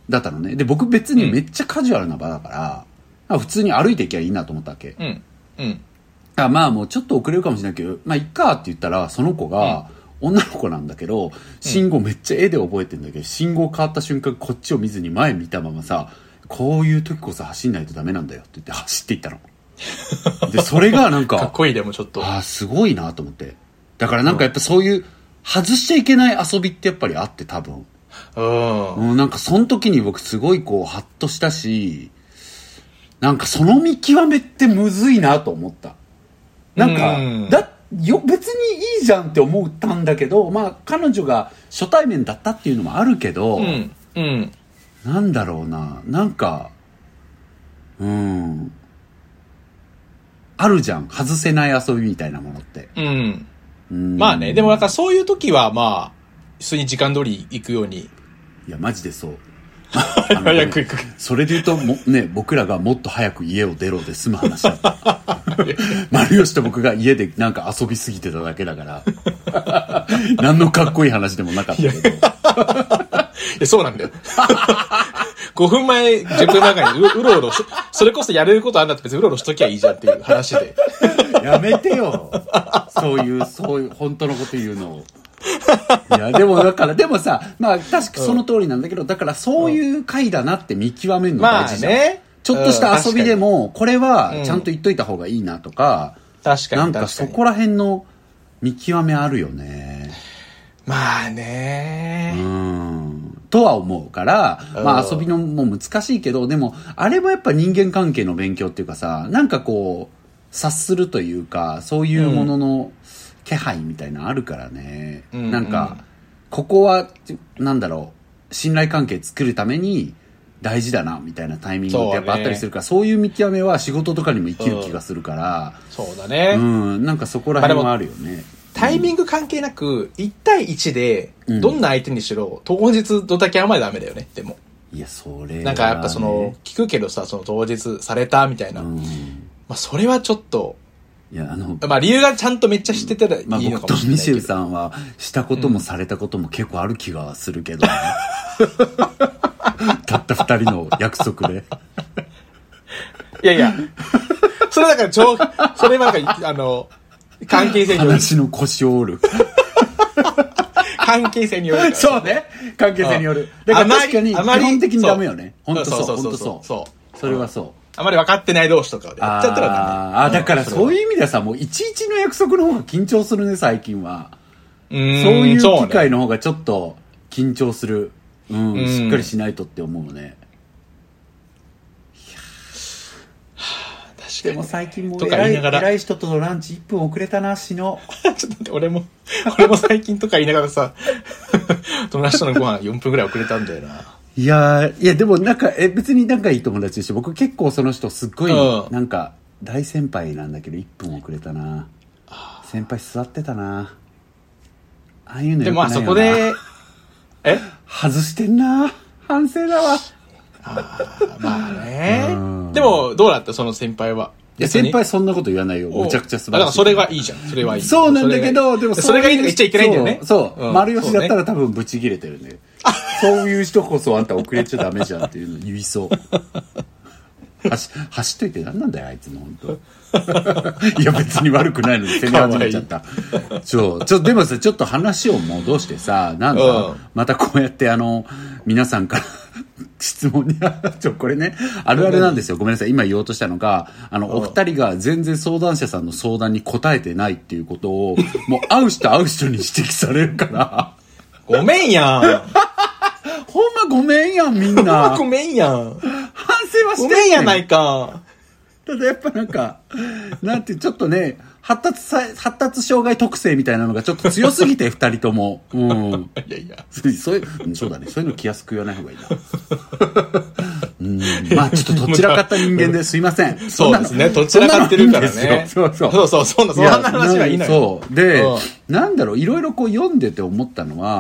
だったのね。で、僕別にめっちゃカジュアルな場だから、普通に歩いていきゃいいなと思ったわけ。まあもうちょっと遅れるかもしれないけど、まあいっかって言ったら、その子が、女の子なんだけど、信号めっちゃ絵で覚えてんだけど、信号変わった瞬間こっちを見ずに前見たままさ、こういう時こそ走んないとダメなんだよって言って走っていったの。で、それがなんか、 かっこいいでもちょっと。 すごいなと思って。だからなんかやっぱそういう、外しちゃいけない遊びってやっぱりあって多分。なんかその時に僕すごいこうハッとしたし、なんかその見極めってむずいなと思った。なんか、別にいいじゃんって思ったんだけど、まあ彼女が初対面だったっていうのもあるけど、なんだろうな、なんか、あるじゃん、外せない遊びみたいなものって。 まあね、でもなんかそういう時はまあ、普通に時間通り行くように。 いや、マジでそう。 早く行く。 それで言うと僕らがもっと早く家を出ろで済む話だった。丸吉と僕が家でなんか遊びすぎてただけだから。何のかっこいい話でもなかったけど。そうなんだよ。5分前、10分前にうろうろそれこそやれることあんだって別にうろうろしときゃいいじゃんっていう話で。 やめてよ。そういう、本当のこと言うのを。いや、でもさ、まあ確かその通りなんだけど、だからそういう回だなって見極めるの大事じゃん。まあね。ちょっとした遊びでも、これはちゃんと言っといた方がいいなとか、 確かに。 なんかそこら辺の見極めあるよね。 まあね。 とは思うから、まあ遊びのも難しいけど、でも、あれもやっぱ人間関係の勉強っていうかさ、なんかこう、察するというか、そういうものの気配みたいなのあるからね。なんか、ここは、なんだろう、信頼関係作るために大事だな、みたいなタイミングってやっぱあったりするから、そういう見極めは仕事とかにも生きる気がするから、 そうだね。 なんかそこら辺はあるよね。 タイミング関係なく、1対1で、どんな相手にしろ、当日ドタキャンまでダメだよね、でも。 いや、それは、ね。 なんかやっぱ聞くけどさ、当日されたみたいな。まあ、それはちょっと、 いや、 まあ、理由がちゃんとめっちゃ知ってたらいいのかもしれないけど。 僕とミシェルさんは、したこともされたことも結構ある気がするけどね。たった2人の約束で。 いやいや、それだからそれはなんか、関係性による。 話の腰を折る。 関係性による。 そうね。関係性による。だから確かに、基本的にダメよね。本当そう。本当そう。それはそう。 あまり分かってない同士とかでやっちゃったらダメ。だからそういう意味ではさ、もう11の約束の方が緊張するね、最近は。そういう機会の方がちょっと緊張する。しっかりしないとって思うね。でも最近も偉い人とのランチ1分遅れたな、しの。 ちょっと待って、俺も最近とか言いながらさ、友達とのご飯4分くらい遅れたんだよな。 いや、でも別に仲いい友達でしょ。僕結構その人すっごい、なんか、大先輩なんだけど1分遅れたな。先輩座ってたな。ああいうのよくないよな。 でもあそこで、 外してんな。反省だわ。 まあね。でも、どうだったその先輩は。 いや、先輩そんなこと言わないよ。むちゃくちゃ素晴らしい。 だからそれはいいじゃん。それはいい。 そうなんだけど、でもそれがいいとか言っちゃいけないんだよね。 そう。丸吉だったら多分ブチ切れてるね。そういう人こそあんた遅れちゃダメじゃんっていうの言いそう。走っといて何なんだよ、あいつの本当。いや、別に悪くないのに攻め始めちゃった。でもさ、ちょっと話を戻してさ、なんか、またこうやって皆さんから、質問にこれね、あるあるなんですよ。ごめんなさい。今言おうとしたのが、お二人が全然相談者さんの相談に答えてないっていうことを、もう会う人に指摘されるから。 ごめんやん。 ほんまごめんやん、みんな。 ごめんやん。 反省はしてんねん。 ごめんやないか。 ただやっぱなんか、なんてちょっとね、発達障害特性みたいなのがちょっと強すぎて、二人とも。いやいや。 そうだね。そういうの気安く言わない方がいいな。まあちょっとどちらかった人間ですいません。 そうですね。どちらかってるからね。 そう。 そんな話はいいのよ。 そう。で、なんだろう、いろいろこう読んでて思ったのは、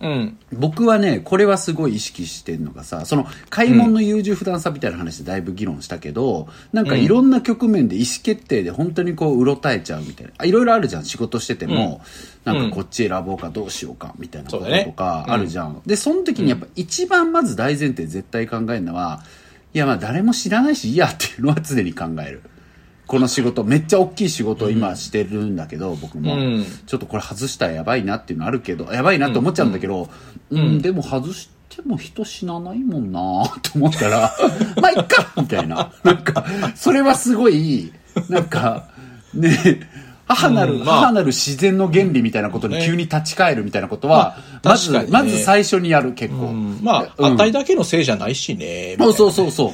うん、 僕はね、これはすごい意識してんのがさ、その買い物の優柔不断さみたいな話でだいぶ議論したけど、なんかいろんな局面で意思決定で本当にこううろたえちゃうみたいな。いろいろあるじゃん、仕事してても、なんかこっち選ぼうかどうしようかみたいなこととかあるじゃん。で、その時にやっぱ一番まず大前提絶対考えるのは、いやまあ誰も知らないしいいやっていうのは常に考える。この仕事、めっちゃ大きい仕事を今してるんだけど、僕も、ちょっとこれ外したらやばいなっていうのあるけど、やばいなって思っちゃうんだけど、でも外しても人死なないもんなと思ったら、まあいっかみたいな。なんか、それはすごい、なんか、ね、母なる自然の原理みたいなことに急に立ち返るみたいなことは、まず最初にやる、結構。 あたいだけのせいじゃないしね。 そう。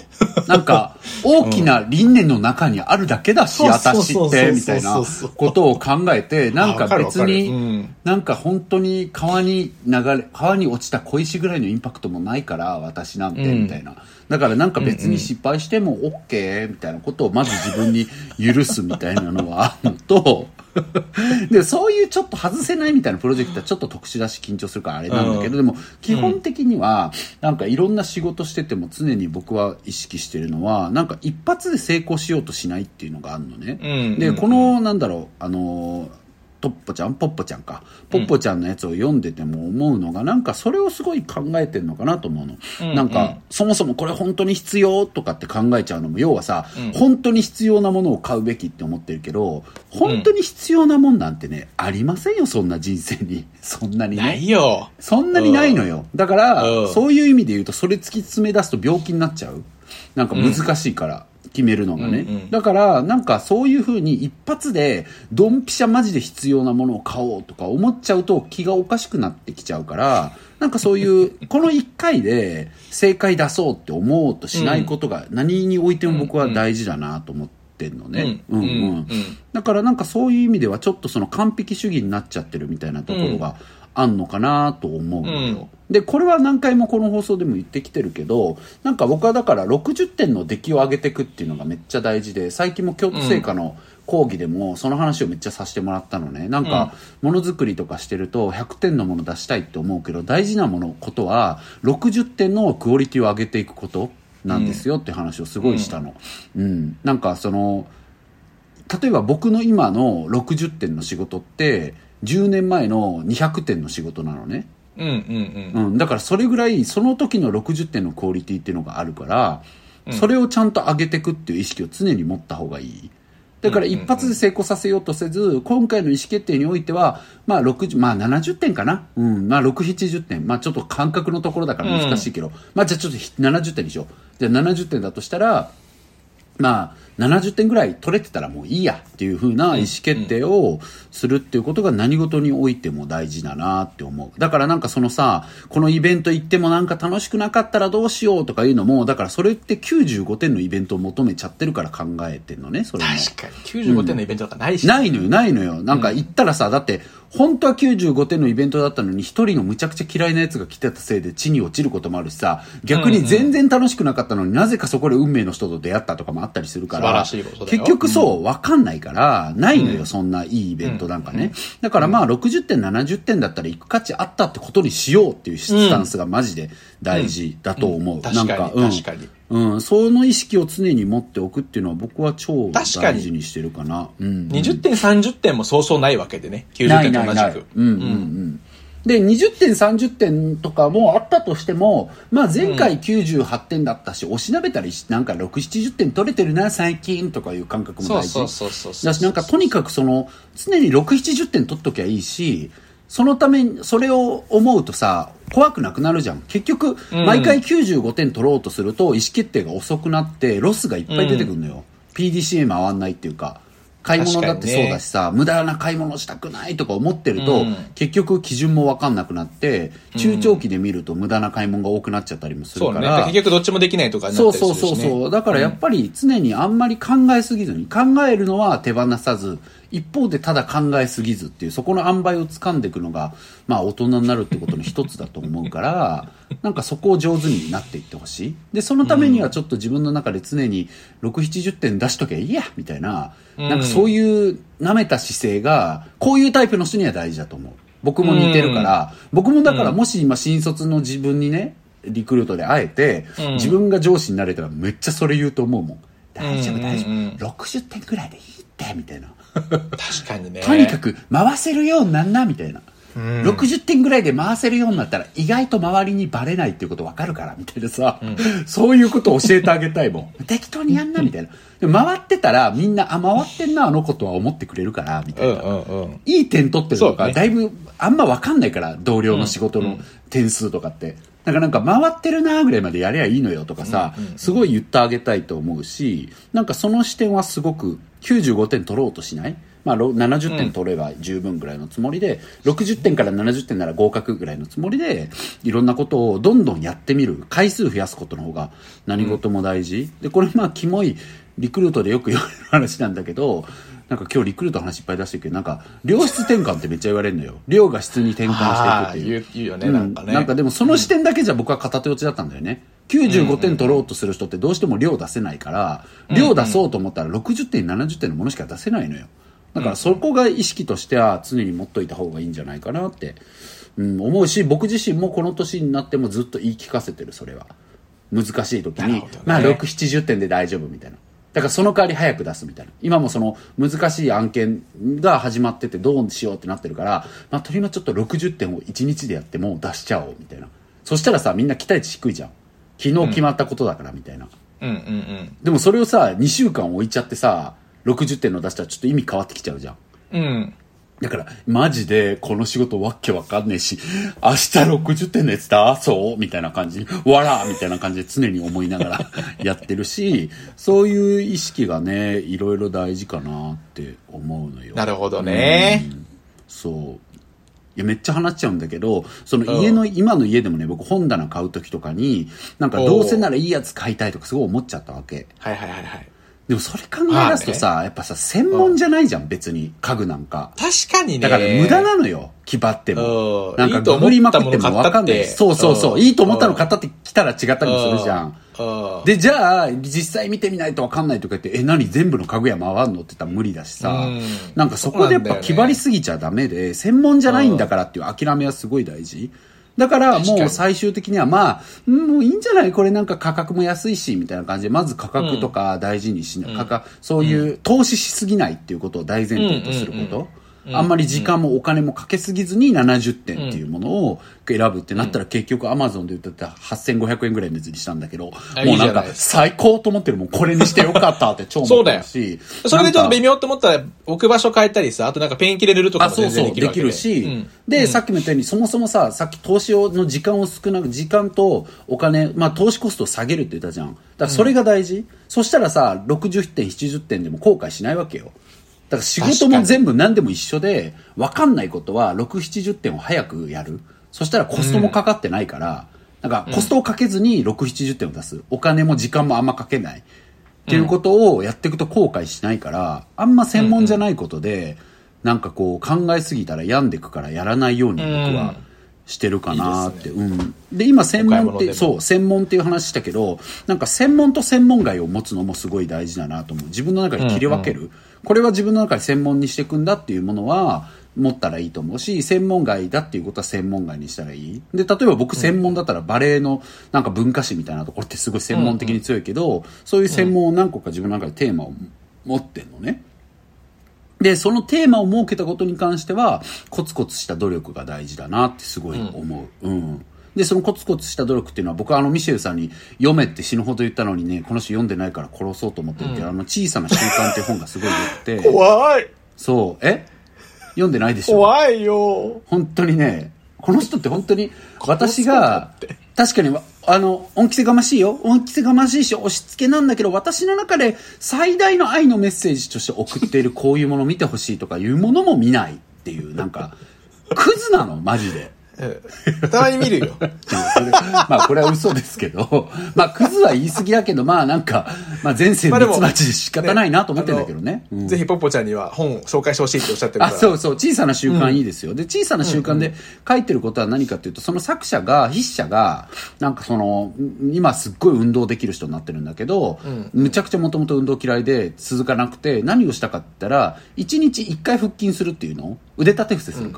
なんか、大きな輪廻の中にあるだけだし、私って、みたいなことを考えて、なんか別に、なんか本当に川に落ちた小石ぐらいのインパクトもないから、私なんて、みたいな。だからなんか別に失敗しても OK みたいなことをまず自分に許すみたいなのはあるのと、でそういうちょっと外せないみたいなプロジェクトはちょっと特殊だし緊張するからあれなんだけど、でも基本的にはなんかいろんな仕事してても常に僕は意識してるのはなんか一発で成功しようとしないっていうのがあるのね。でこのなんだろうポッポちゃんのやつを読んでても思うのが、なんかそれをすごい考えてんのかなと思うの。なんか、そもそもこれ本当に必要とかって考えちゃうのも、要はさ、本当に必要なものを買うべきって思ってるけど、本当に必要なもんなんてね、ありませんよ、そんな人生に。そんなにね。 ないよ。 そんなにないのよ。だから、そういう意味で言うと、それ突き詰め出すと病気になっちゃう。なんか難しいから。決めるのがね、だからなんかそういう風に一発でドンピシャマジで必要なものを買おうとか思っちゃうと気がおかしくなってきちゃうから、なんかそういうこの1回で正解出そうって思おうとしないことが何においても僕は大事だなと思ってんのね。だからなんかそういう意味ではちょっとその完璧主義になっちゃってるみたいなところがあんのかなと思うのよ。でこれは何回もこの放送でも言ってきてるけど、なんか僕はだから60点の出来を上げていくっていうのがめっちゃ大事で、最近も京都精華の講義でもその話をめっちゃさせてもらったのね。なんかものづくりとかしてると100点のもの出したいって思うけど、大事なことは60点のクオリティを上げていくことなんですよって話をすごいしたの。なんかその例えば僕の今の60点の仕事って10年前の200点の仕事なのね。だからそれぐらいその時の60点のクオリティっていうのがあるから、それをちゃんと上げていくっていう意識を常に持った方がいい。だから一発で成功させようとせず、今回の意思決定においては70点かな、6、70点、ちょっと感覚のところだから難しいけど、じゃあちょっと70点にしよう。じゃあ70点だとしたら70点ぐらい取れてたらもういいやっていう風な意思決定をするっていうことが何事においても大事だなって思う。だからなんかそのさ、このイベント行ってもなんか楽しくなかったらどうしようとかいうのも、だからそれって95点のイベントを求めちゃってるから考えてんのね、それも。 確かに95点のイベントとかないし、 ないのよ。なんか行ったらさ、だって本当は95点のイベントだったのに一人のむちゃくちゃ嫌いなやつが来てたせいで地に落ちることもあるしさ、逆に全然楽しくなかったのになぜかそこで運命の人と出会ったとかもあったりするから、結局そう分かんないからないのよ、そんないいイベントなんかね。だから60点70点だったら行く価値あったってことにしようっていうスタンスがマジで大事だと思う。 確かにその意識を常に持っておくっていうのは僕は超大事にしてるかな。 20点30点もそうそうないわけでね、90点と同じく。 で20点30点とかもあったとしても、前回98点だったし、おしなべたりなんか6、70点取れてるな最近とかいう感覚も大事だし、なんかとにかくその常に6、70点取っときゃいいし、そのためにそれを思うとさ怖くなくなるじゃん。結局毎回95点取ろうとすると意思決定が遅くなってロスがいっぱい出てくるのよ。PDCA 回んないっていうか、買い物だってそうだしさ、無駄な買い物したくないとか思ってると、結局基準も分かんなくなって、中長期で見ると無駄な買い物が多くなっちゃったりもするから、 結局どっちもできないとかになったりするしね。 そうだからやっぱり常にあんまり考えすぎずに、考えるのは手放さず、一方でただ考えすぎずっていう、そこの塩梅を掴んでいくのが大人になるってことの一つだと思うからなんかそこを上手になっていってほしい。でそのためにはちょっと自分の中で常に6、70点出しときゃいいやみたいな、なんかそういう舐めた姿勢がこういうタイプの人には大事だと思う。 僕も似てるから、僕もだからもし今新卒の自分にね、リクルートで会えて、自分が上司になれたらめっちゃそれ言うと思うもん。大丈夫大丈夫。60点くらいでいいって、みたいな。 確かにね。 とにかく回せるようになんな、みたいな。60点ぐらいで回せるようになったら意外と周りにバレないっていうこと分かるからみたいなさ、そういうことを教えてあげたいもん。適当にやんなみたいな。で回ってたらみんな回ってんなあの子とは思ってくれるからみたいな、いい点取ってるとか、ね、だいぶあんま分かんないから同僚の仕事の点数とかって、なんか回ってるなぐらいまでやればいいのよとかさ、すごい言ってあげたいと思うし、なんかその視点はすごく95点取ろうとしない。まあ、70点取れば十分ぐらいのつもりで、60点から70点なら合格ぐらいのつもりでいろんなことをどんどんやってみる回数増やすことの方が何事も大事、でこれまあキモいリクルートでよく言われる話なんだけど、なんか今日リクルートの話いっぱい出してるけど、なんか量質転換ってめっちゃ言われるのよ。量が質に転換していくっていう。 言うよね、なんかね。 なんかでもその視点だけじゃ僕は片手落ちだったんだよね。95点取ろうとする人ってどうしても量出せないから、量出そうと思ったら60点70点のものしか出せないのよ。だからそこが意識としては常に持っといた方がいいんじゃないかなって、思うし、僕自身もこの年になってもずっと言い聞かせてる。それは難しい時に、まあ6、70点で大丈夫みたいな。だからその代わり早く出すみたいな。今もその難しい案件が始まっててどうしようってなってるから、まあとりあえずちょっと60点を1日でやっても出しちゃおうみたいな。そしたらさ、みんな期待値低いじゃん。昨日決まったことだからみたいな。でもそれをさ、2週間置いちゃってさ、60点の出したらちょっと意味変わってきちゃうじゃん。だからマジでこの仕事わけわかんねえし、明日60点のやつだそうみたいな感じにわらみたいな感じで常に思いながらやってるし、そういう意識がねいろいろ大事かなって思うのよ。 なるほどね。 そういやめっちゃ話しちゃうんだけど、その家の今の家でもね、僕本棚買う時とかになんかどうせならいいやつ買いたいとかすごい思っちゃったわけ。でもそれ考え出すとさ、やっぱさ専門じゃないじゃん、別に家具なんか。 確かにね。 だから無駄なのよ、気張っても。なんかググりまくっても分かんない。そういいと思ったの買ったって来たら違ったりもするじゃん。でじゃあ実際見てみないと分かんないとか言って、何全部の家具屋回んのって言ったら無理だしさ、なんかそこでやっぱ気張りすぎちゃダメで、専門じゃないんだからっていう諦めはすごい大事。だからもう最終的にはまあもういいんじゃない、これなんか価格も安いしみたいな感じで、まず価格とか大事にしない、そういう投資しすぎないっていうことを大前提とすること、あんまり時間もお金もかけすぎずに70点っていうものを選ぶってなったら、結局 Amazon で売ってた8500円ぐらいのやつにしたんだけど、もうなんか最高と思ってる、もうこれにしてよかったって超思ってるしそれでちょっと微妙と思ったら置く場所変えたりさ、あとなんかペンキで塗るとかも全然できるわけで。 できるし、でさっきも言ったように、そもそもさ、さっき投資の時間を少なく、時間とお金、まあ投資コストを下げるって言ったじゃん。だからそれが大事。そしたらさ、60点70点でも後悔しないわけよ。だから仕事も全部何でも一緒で、分かんないことは6、70点を早くやる。そしたらコストもかかってないから、なんかコストをかけずに6、70点を出す。お金も時間もあんまかけない。っていうことをやっていくと後悔しないから、あんま専門じゃないことで、なんかこう考えすぎたら病んでいくからやらないように僕はしてるかなって。で、今専門って、専門っていう話したけど、なんか専門と専門外を持つのもすごい大事だなと思う。自分の中で切り分ける。これは自分の中で専門にしていくんだっていうものは持ったらいいと思うし、専門外だっていうことは専門外にしたらいい。で、例えば僕専門だったらバレエのなんか文化史みたいなところってすごい専門的に強いけど、そういう専門を何個か自分の中でテーマを持ってんのね。で、そのテーマを設けたことに関してはコツコツした努力が大事だなってすごい思う。で、そのコツコツした努力っていうのは、僕はミシェルさんに読めって死ぬほど言ったのにね、この人読んでないから殺そうと思ってるけど、小さな習慣っていう本がすごい良くて。 怖い。 そう。読んでないでしょ。 怖いよ。 本当にね、この人って本当に、私が、確かに、恩着せがましいよ。恩着せがましいし、押し付けなんだけど、私の中で最大の愛のメッセージとして送っているこういうものを見てほしいとかいうものも見ないっていう、なんか、クズなの、マジで。 たまに見るよ。 まあこれは嘘ですけど、まあクズは言い過ぎだけど、まあなんか、まあ前世ミツバチで仕方ないなと思ってるんだけどね。 ぜひポッポちゃんには本を紹介してほしいっておっしゃってるから。 そうそう、小さな習慣いいですよ。で、小さな習慣で書いてることは何かっていうと、その作者が、筆者が、なんか今すっごい運動できる人になってるんだけど、むちゃくちゃもともと運動嫌いで続かなくて、何をしたかって言ったら、1日1回腹筋するっていうのを腕立て伏せするか。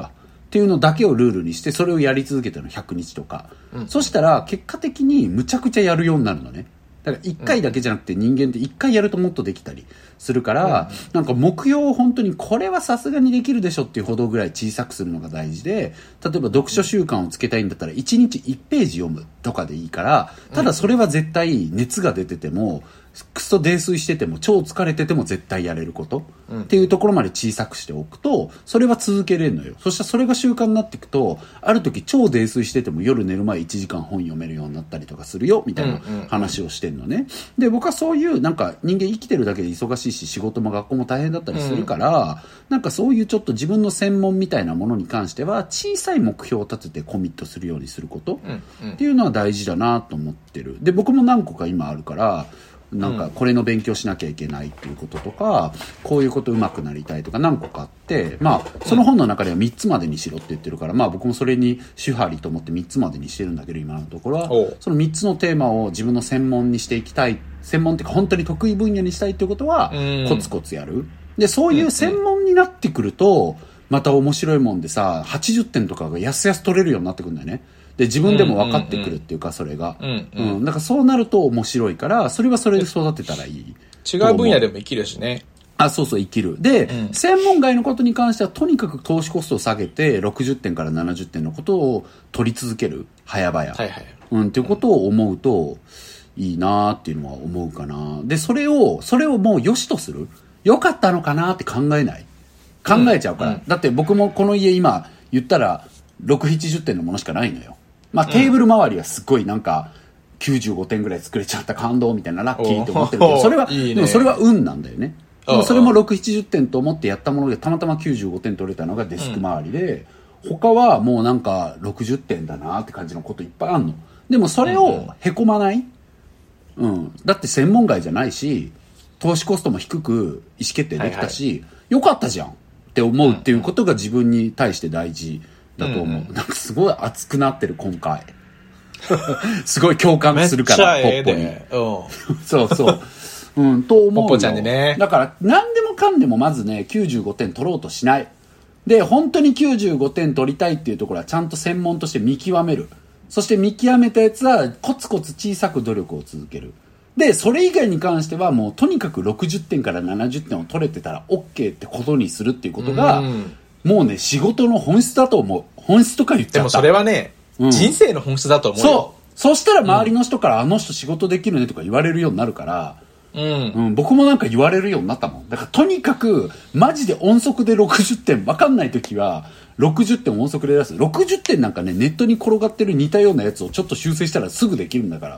っていうのだけをルールにして、それをやり続けたの100日とか。そしたら、結果的にむちゃくちゃやるようになるのね。だから1回だけじゃなくて人間って1回やるともっとできたりするから、なんか目標を本当にこれはさすがにできるでしょっていうほどぐらい小さくするのが大事で、例えば読書習慣をつけたいんだったら1日1ページ読むとかでいいから、ただそれは絶対熱が出てても、クソ泥酔してても超疲れてても絶対やれること、っていうところまで小さくしておくと、それは続けれるのよ。そしたらそれが習慣になっていくと、ある時超泥酔してても夜寝る前1時間本読めるようになったりとかするよみたいな話をしてるのね。で、僕はそういうなんか人間生きてるだけで忙しいし仕事も学校も大変だったりするから、なんかそういうちょっと自分の専門みたいなものに関しては小さい目標を立ててコミットするようにすることっていうのは大事だなと思ってる。で、僕も何個か今あるから、なんかこれの勉強しなきゃいけないっていうこととか、こういうこと上手くなりたいとか何個かあって、まあその本の中では3つまでにしろって言ってるから、まあ僕もそれに主張りと思って3つまでにしてるんだけど、今のところはその3つのテーマを自分の専門にしていきたい、専門っていうか本当に得意分野にしたいっていうことはコツコツやる。で、そういう専門になってくるとまた面白いもんでさ、80点とかがやすやす取れるようになってくるんだよね。で、自分でも分かってくるっていうか、それが。だからそうなると面白いから、それはそれで育てたらいい。 違う分野でも生きるしね。 あ、そうそう、生きる。で、専門外のことに関しては、とにかく投資コストを下げて、60点から70点のことを取り続ける。早々。はいはい。っていうことを思うと、いいなーっていうのは思うかな。で、それをもう良しとする。良かったのかなって考えない。考えちゃうから。だって僕もこの家今、言ったら、6、70点のものしかないのよ。まあテーブル周りはすっごいなんか95点ぐらい作れちゃった感動みたいなラッキーと思ってるけど、それは、でもそれは運なんだよね。でもそれも6、70点と思ってやったものでたまたま95点取れたのがデスク周りで、他はもうなんか60点だなって感じのこといっぱいあんの。でもそれをへこまない。だって専門外じゃないし、投資コストも低く意思決定できたし、よかったじゃんって思うっていうことが自分に対して大事だと思う。なんかすごい熱くなってる今回。すごい共感するから、ポッポに。そうそう。と思うよ。 ポッポちゃんにね。 だから何でもかんでもまずね、95点取ろうとしない。で、本当に95点取りたいっていうところはちゃんと専門として見極める。そして見極めたやつはコツコツ小さく努力を続ける。で、それ以外に関してはもうとにかく60点から70点を取れてたら OK ってことにするっていうことが、もうね、仕事の本質だと思う。本質とか言っちゃった。 でもそれはね、人生の本質だと思うよ。 そう。そしたら周りの人から、あの人仕事できるねとか言われるようになるから、僕もなんか言われるようになったもん。だからとにかく、マジで音速で60点分かんないときは、60点音速で出す。60点なんかね、ネットに転がってる似たようなやつをちょっと修正したらすぐできるんだから。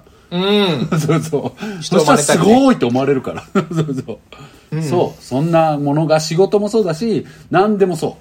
そうそう。そしたらすごいって思われるから。そうそう。そう。そんなものが仕事もそうだし、何でもそう。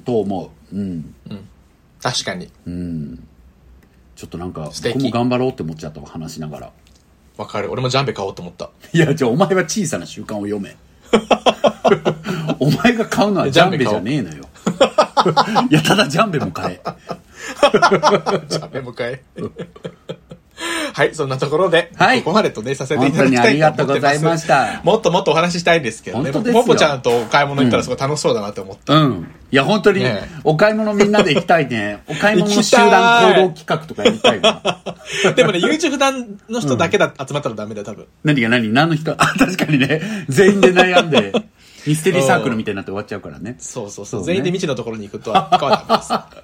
と思う。 確かに。 ちょっとなんか、僕も頑張ろうって思っちゃったわ、話しながら。わかる。俺もジャンベ買おうと思った。 いや、じゃあお前は小さな習慣を読め。お前が買うのはジャンベじゃねえのよ。いや、ただジャンベも買え。 ジャンベも買え。はい、そんなところで、 はい、 ここまでとね、させていただきたいと思ってます。本当にありがとうございました。もっともっとお話ししたいんですけどね。ポポちゃんとお買い物行ったらすごい楽しそうだなって思った。 いや、本当に、お買い物みんなで行きたいね。お買い物の集団行動企画とかやりたいな。 でもね、YouTube 団の人だけだ、集まったらダメだよ、多分。 何の人確かにね、全員で悩んで、ミステリーサークルみたいになって終わっちゃうからね。 そうそうそう。全員で未知のところに行くとはダメです。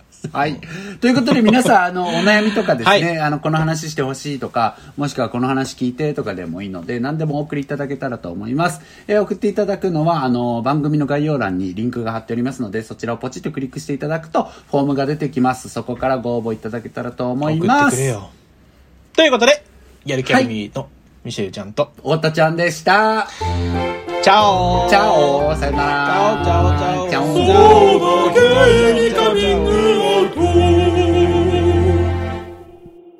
はい。ということで皆さん、お悩みとかですね、この話してほしいとか、もしくはこの話聞いてとかでもいいので、何でもお送りいただけたらと思います。送っていただくのは、番組の概要欄にリンクが貼っておりますので、そちらをポチッとクリックしていただくと、フォームが出てきます。そこからご応募いただけたらと思います。 送ってくれよ。ということで、やる気ありみのミシェルちゃんと、 太田ちゃんでした。 チャオチャオさよなら。 チャオチャオチャオ。 そうだ、ゲイにカミング